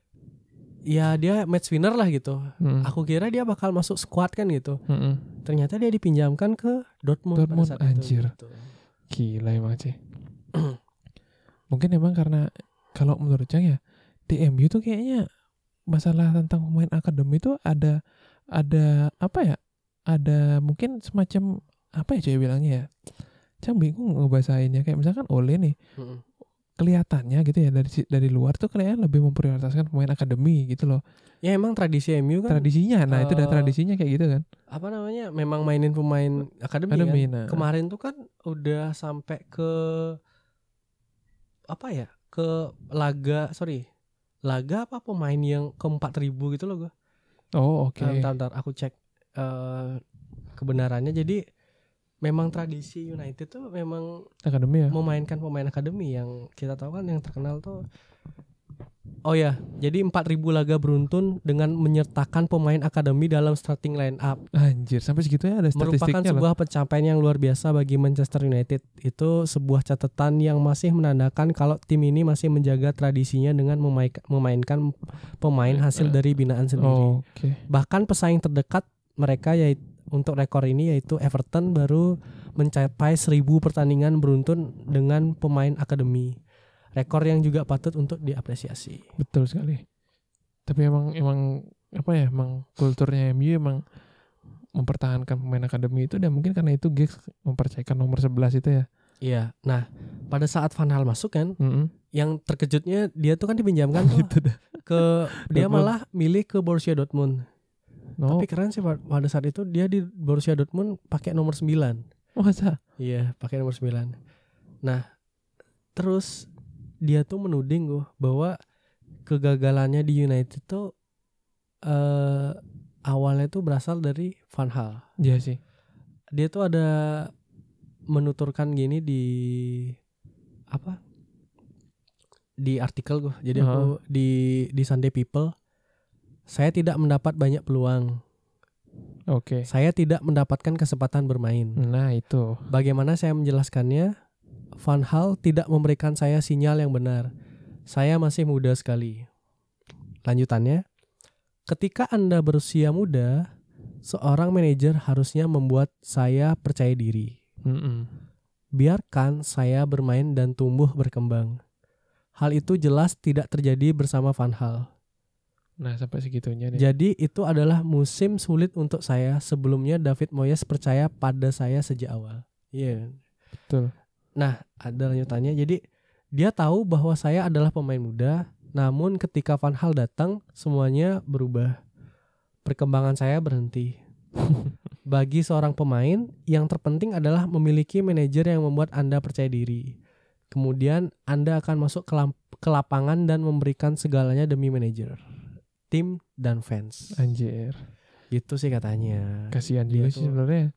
ya dia match winner lah gitu. Hmm. Aku kira dia bakal masuk squad kan gitu. Hmm. Ternyata dia dipinjamkan ke Dortmund, Dortmund, pada saat anjir. itu. Gitu. Gila emang sih. Mungkin emang karena kalau menurut Jang ya di M U tuh kayaknya masalah tentang pemain akademi itu ada ada apa ya? Ada mungkin semacam apa ya saya bilangnya ya? Jang bingung ngebahasainnya, kayak misalkan Ole nih Mm-mm. kelihatannya gitu ya dari si- dari luar tuh kelihatannya lebih memprioritaskan pemain akademi gitu loh. Ya emang tradisi M U kan Tradisinya, nah itu udah eh, tradisinya kayak gitu kan. apa namanya? Memang mainin pemain akademi, Akademi, kan. nah. Kemarin tuh kan udah sampai ke apa ya? Ke laga, sorry. Laga apa pemain yang ke empat ribu gitu loh gue. Oh, oke. Bentar, bentar, aku cek eh, kebenarannya. Jadi memang tradisi United tuh memang Akademi ya. memainkan pemain akademi yang kita tahu kan yang terkenal tuh. Oh ya, jadi empat ribu laga beruntun dengan menyertakan pemain akademi dalam starting line up. Anjir, sampai segitunya ada Merupakan statistiknya loh. sebuah pencapaian yang luar biasa bagi Manchester United. Itu sebuah catatan yang masih menandakan kalau tim ini masih menjaga tradisinya dengan memaik- memainkan pemain hasil dari binaan sendiri. Oh, oke. Bahkan pesaing terdekat mereka yaitu untuk rekor ini yaitu Everton baru mencapai seribu pertandingan beruntun dengan pemain akademi. Rekor yang juga patut untuk diapresiasi. Betul sekali. Tapi emang emang apa ya? Emang kulturnya M U emang mempertahankan pemain akademi itu, dan mungkin karena itu Giggs mempercayakan nomor sebelas itu ya. Iya. Nah, pada saat Van Hal masuk kan, Mm-mm. yang terkejutnya dia tuh kan dipinjamkan tuh Gitu dah. ke dia Dortmund. malah milih ke Borussia Dortmund. No. Tapi keren sih pa- pada saat itu dia di Borussia Dortmund pakai nomor sembilan. Masa? Iya, pakai nomor sembilan. Nah, terus dia tuh menuding gue bahwa kegagalannya di United tuh eh awalnya tuh berasal dari Van Hal. Iya sih. Dia tuh ada menuturkan gini di apa? Di artikel gue. Jadi aku di di Sunday People, saya tidak mendapat banyak peluang. Oke. Saya tidak mendapatkan kesempatan bermain. Nah, itu. Bagaimana saya menjelaskannya? Van Hal tidak memberikan saya sinyal yang benar. Saya masih muda sekali. Lanjutannya, ketika Anda berusia muda, seorang manajer harusnya membuat saya percaya diri. Mm-mm. Biarkan saya bermain dan tumbuh berkembang. Hal itu jelas tidak terjadi bersama Van Hal. Nah, sampai segitunya nih. Jadi itu adalah musim sulit untuk saya. Sebelumnya David Moyes percaya pada saya sejak awal. Iya. Betul. Nah, ada lanjutannya. Jadi Dia tahu bahwa saya adalah pemain muda, namun ketika Van Gaal datang, semuanya berubah. Perkembangan saya berhenti. Bagi seorang pemain, yang terpenting adalah memiliki manajer yang membuat Anda percaya diri. Kemudian Anda akan masuk ke, lamp- ke lapangan dan memberikan segalanya demi manajer, tim dan fans. Anjir. Gitu sih katanya. Kasihan Dia juga sih tuh- sebenarnya.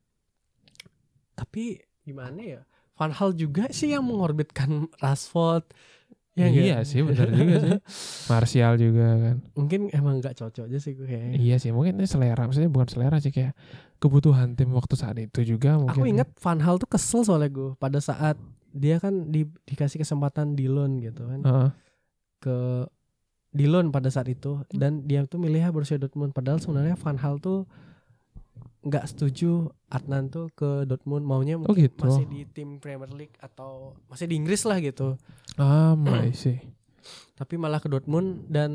Tapi gimana ya? Van Gaal juga sih yang mengorbitkan Rashford. Ya Iya nggak? sih benar juga sih. Martial juga kan. Mungkin emang nggak cocok aja sih gue kayaknya. Iya sih mungkin ini selera, maksudnya bukan selera sih, kayak kebutuhan tim waktu saat itu juga mungkin. Aku ingat Van Gaal tuh kesel soalnya gue pada saat dia kan di, dikasih kesempatan di loan gitu kan. Heeh. Ke di loan pada saat itu dan dia tuh milihnya Borussia Dortmund, padahal sebenarnya Van Gaal tuh nggak setuju Adnan tuh ke Dortmund, maunya Oh mungkin gitu. masih di tim Premier League atau masih di Inggris lah gitu, Ah, I see. tapi malah ke Dortmund dan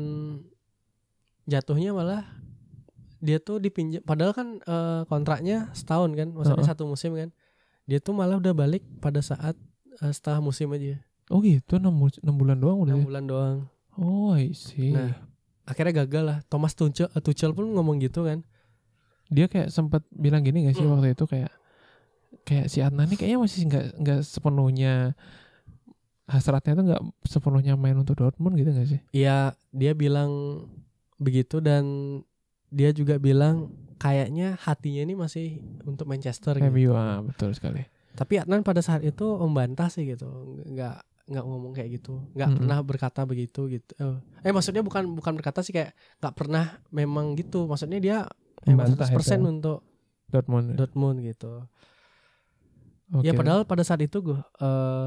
jatuhnya malah dia tuh dipinjam, padahal kan eh, kontraknya setahun kan, maksudnya Uh-uh. satu musim kan, dia tuh malah udah balik pada saat eh, setengah musim aja, Oh gitu, enam bulan doang udah. enam ya? bulan doang. Oh I see. Nah, akhirnya gagal lah. Thomas Tuchel, uh, Tuchel pun ngomong gitu kan. Dia kayak sempat bilang gini gak sih waktu itu, kayak kayak si Adnan ini kayaknya masih nggak nggak sepenuhnya hasratnya tuh nggak sepenuhnya main untuk Dortmund gitu gak sih? Iya, dia bilang begitu dan dia juga bilang kayaknya hatinya ini masih untuk Manchester M gitu. U, ah, betul sekali. Tapi Adnan pada saat itu membantah sih gitu. Nggak nggak ngomong kayak gitu. Nggak Mm-mm. pernah berkata begitu gitu. Eh, eh maksudnya bukan bukan berkata sih, kayak nggak pernah memang gitu. Maksudnya dia emang Membantah seratus persen itu. untuk Dortmund. Dortmund gitu. Oke. Ya padahal pada saat itu gue eh,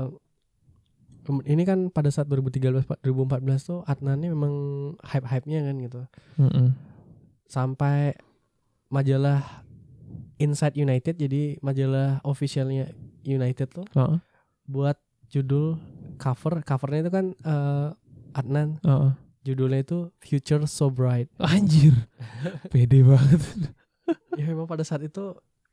ini kan pada saat dua ribu tiga belas dua ribu empat belas tuh Adnan ini memang hype-hype-nya kan gitu. Mm-mm. Sampai majalah Inside United, jadi majalah officialnya United tuh Heeh. buat judul cover, covernya itu kan eh, Adnan, Heeh. judulnya itu Future So Bright. Anjir. Pede banget. Ya memang pada saat itu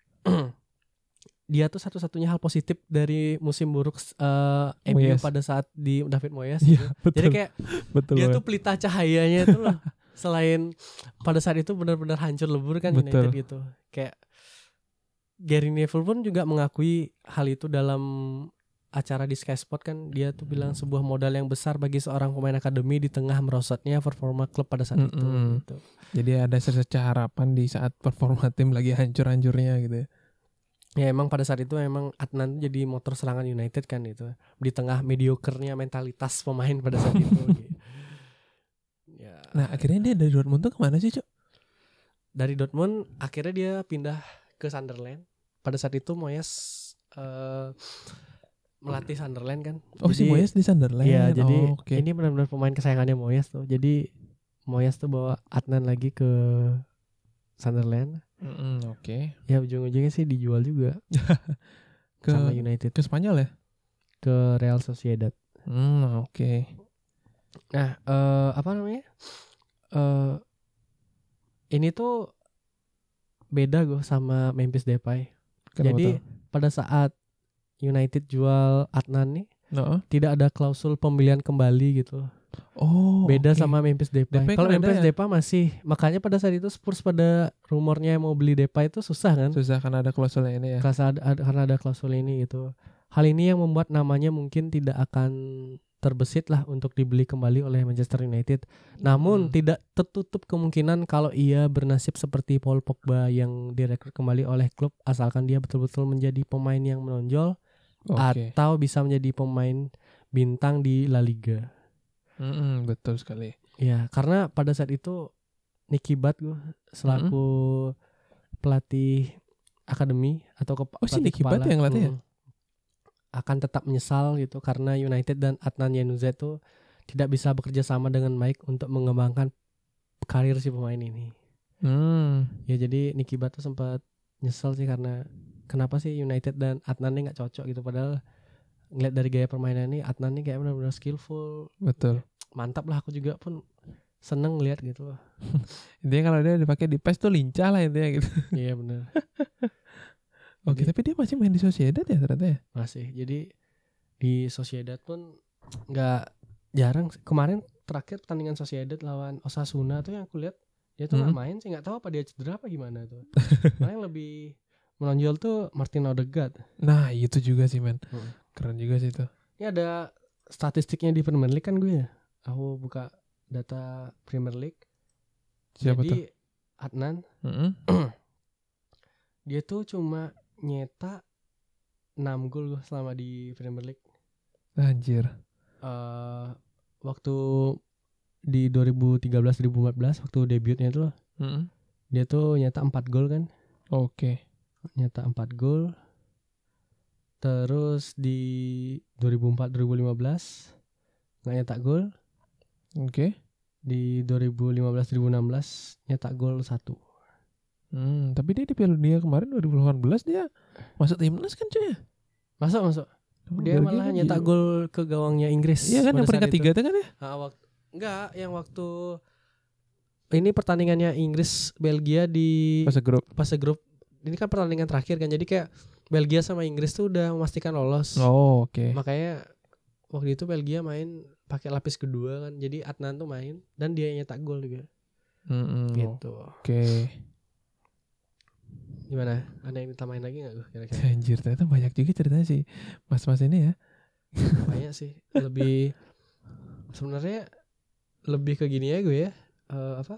dia tuh satu-satunya hal positif dari musim buruk eh, M U Moyes. pada saat di David Moyes Iya, gitu. betul. Jadi kayak betul. dia banget. tuh pelita cahayanya itu loh. Selain pada saat itu benar-benar hancur lebur kan Betul. United gitu. Kayak Gary Neville pun juga mengakui hal itu dalam acara di Sky Sport kan, dia tuh bilang sebuah modal yang besar bagi seorang pemain akademi di tengah merosotnya performa klub pada saat itu Mm-mm. gitu. Jadi ada sececah harapan di saat performa tim lagi hancur-hancurnya gitu ya. Ya emang pada saat itu emang Adnan tuh jadi motor serangan United kan itu, di tengah mediokernya mentalitas pemain pada saat itu gitu. Ya, Nah akhirnya dia dari Dortmund tuh kemana sih, Cok? dari Dortmund akhirnya dia pindah ke Sunderland. Pada saat itu Moyes eh, melatih Sunderland kan. Oh si Moyes di Sunderland. Iya, jadi Oh, oke. ini benar-benar pemain kesayangannya Moyes tuh. Jadi Moyes tuh bawa Adnan lagi ke Sunderland. Mm-mm, oke. Ya ujung-ujungnya sih dijual juga Ke sama United ke Spanyol ya? ke Real Sociedad. Hmm, oke. Nah, eh, apa namanya? Eh, ini tuh beda gue sama Memphis Depay. Kenapa Jadi tuh? pada saat United jual Adnan nih, Heeh. tidak ada klausul pembelian kembali gitu. Oh, Beda oke. sama Memphis Depay. Depay Kalau kan ada Memphis ya? Depay masih, makanya pada saat itu Spurs pada rumornya mau beli Depay itu susah kan? Susah karena ada klausulnya ini ya. Karena ada, ada- karena ada klausul ini gitu. Hal ini yang membuat namanya mungkin tidak akan terbesit lah untuk dibeli kembali oleh Manchester United. Namun Hmm. tidak tertutup kemungkinan kalau ia bernasib seperti Paul Pogba yang direkrut kembali oleh klub asalkan dia betul-betul menjadi pemain yang menonjol Oke. atau bisa menjadi pemain bintang di La Liga. Mm-mm, betul sekali. Ya, karena pada saat itu Nicky Butt gue selaku pelatih akademi atau ke, Oh, si pelatih Nicky Butt kepala, yang ngelatih ya? mm, akan tetap menyesal gitu karena United dan Adnan Januzaj itu tidak bisa bekerja sama dengan baik untuk mengembangkan karir si pemain ini. Hmm. Ya jadi Nicky Butt tuh sempat nyesel sih karena kenapa sih United dan Adnan ini nggak cocok gitu, padahal ngeliat dari gaya permainan ini Adnan ini kayak benar-benar skillful, Betul. mantap lah, aku juga pun seneng lihat gitu loh. Intinya kalau dia dipakai di P E S tuh lincah lah intinya gitu. Iya benar. Oke, Jadi- tapi dia masih main di Sociedad ya ternyata ya? Masih. Jadi Di Sociedad pun nggak jarang. Kemarin terakhir pertandingan Sociedad lawan Osasuna tuh yang aku lihat dia tuh nggak Hmm. main sih, nggak tahu apa dia cedera apa gimana tuh. Malah yang lebih menonjol tuh Martin Odegaard. Nah itu juga sih men, Hmm. keren juga sih itu. Ini ada statistiknya di Premier League kan gue ya. Aku buka data Premier League. Siapa Jadi tuh? Adnan Mm-mm. dia tuh cuma nyetak enam gol selama di Premier League. Anjir. Eh waktu di dua ribu tiga belas dua ribu empat belas waktu debutnya itu loh, Mm-mm. dia tuh nyetak empat gol kan. Oke. Nyetak empat gol. Terus di dua ribu empat dua ribu lima belas nggak nyetak gol. Oke. Di dua ribu lima belas dua ribu enam belas nyetak gol satu. Hmm, tapi dia di Piala Dunia kemarin dua ribu delapan belas dia masuk timnas kan cuy ya? Masuk masuk. Oh, Dia Belgia malah kan nyetak di- gol ke gawangnya Inggris. Iya kan pada yang saat peringkat itu. tiga itu kan ya? Ah, waktu, enggak, yang waktu ini pertandingannya Inggris Belgia di Fase grup. fase grup. Ini kan pertandingan terakhir kan. Jadi kayak Belgia sama Inggris tuh udah memastikan lolos. Oh oke. Makanya waktu itu Belgia main pakai lapis kedua kan. Jadi Adnan tuh main dan dia nyetak gol juga. Mm-mm. Gitu. Oke. Gimana? Ada yang ditambahin lagi enggak gue kira-kira? Anjir ternyata banyak juga ceritanya sih mas-mas ini ya. Banyak sih. Lebih sebenarnya lebih ke gini ya gue ya. Eh, apa?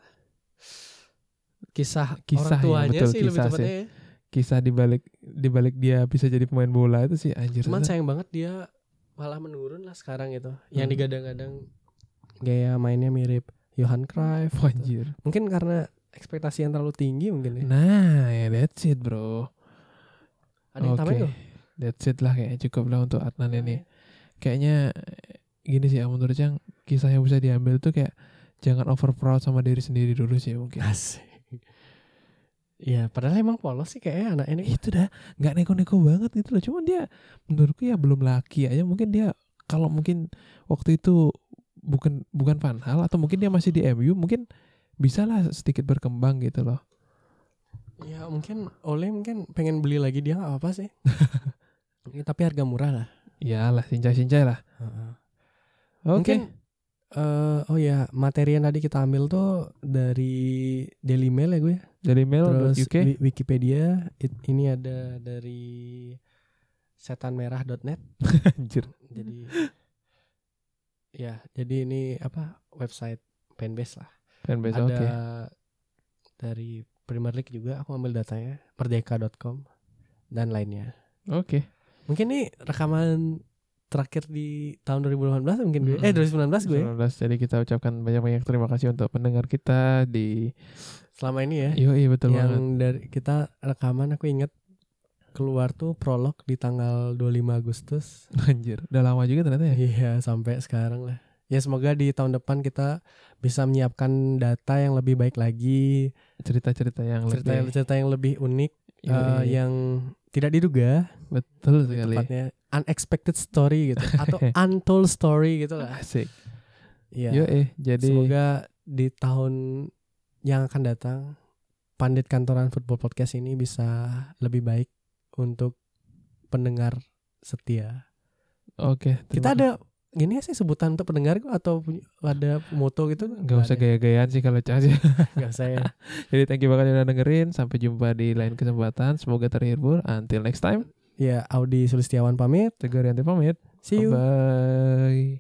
Kisah, Kisah orang ya, tuanya betul, sih lebih kisah tepatnya sih. ya. Kisah dibalik dibalik dia bisa jadi pemain bola itu sih anjir. Cuman ternyata. sayang banget dia malah menurun lah sekarang itu. Yang Hmm. digadang-gadang gaya mainnya mirip Johan Cruyff. Wah, gitu. anjir. Mungkin karena ekspektasi yang terlalu tinggi mungkin ya. Nah ya that's it bro. Ada yang Oke. tambahin tuh? That's it lah kayaknya cukup lah untuk Adnan Iya, ini. Kayaknya eh, gini sih menurut yang kisah yang bisa diambil tuh kayak jangan over proud sama diri sendiri dulu sih mungkin. Asik. Iya, padahal emang polos sih kayaknya anak ini. Itu dah nggak neko-neko banget gitu loh. Cuman dia menurutku ya belum laki aja. Mungkin dia kalau mungkin waktu itu bukan bukan Van Hal atau mungkin dia masih di M U mungkin bisa lah sedikit berkembang gitu loh. Ya mungkin Ole mungkin pengen beli lagi dia nggak apa-apa sih. Ya, tapi harga murah lah. Iyalah cincai-cincai lah. Oke. Mungkin eh oh ya materi yang tadi kita ambil tuh dari Daily Mail ya gue. Dari mail Terus U K. Wi- Wikipedia it- ini ada dari setanmerah dot net. Anjir. Jadi ya, jadi ini apa website fanbase lah. Fanbase Ada oke. dari Premier League juga aku ambil datanya merdeka dot com dan lainnya. Oke. Mungkin nih rekaman terakhir di tahun dua ribu delapan belas mungkin gue. Mm-mm. Eh dua ribu sembilan belas gue. sembilan belas. Jadi kita ucapkan banyak-banyak terima kasih untuk pendengar kita di Selama ini ya. Yo iya betul yang banget. dari kita rekaman aku inget keluar tuh prolog di tanggal dua puluh lima Agustus. Anjir, udah lama juga ternyata ya. Iya, sampai sekarang lah. Ya semoga di tahun depan kita bisa menyiapkan data yang lebih baik lagi, Cerita-cerita yang cerita lebih yang cerita yang lebih unik, Yoi. eh, yang tidak diduga, betul sekali. tepatnya unexpected story gitu atau untold story gitu lah. Asik. Iya. Yo eh jadi Semoga di tahun yang akan datang Pandit Kantoran Football Podcast ini bisa lebih baik untuk pendengar setia. oke. Kita ada gini sih sebutan untuk pendengar kok atau punya- ada moto gitu? Gak usah gaya-gayaan sih kalau Cah sih. Gak usah ya. Jadi thank you banget yang udah dengerin. Sampai jumpa di lain kesempatan. Semoga terhibur. Until next time. Ya, Audi Sulistiawan pamit. Tegar Yanti pamit. See you. Bye.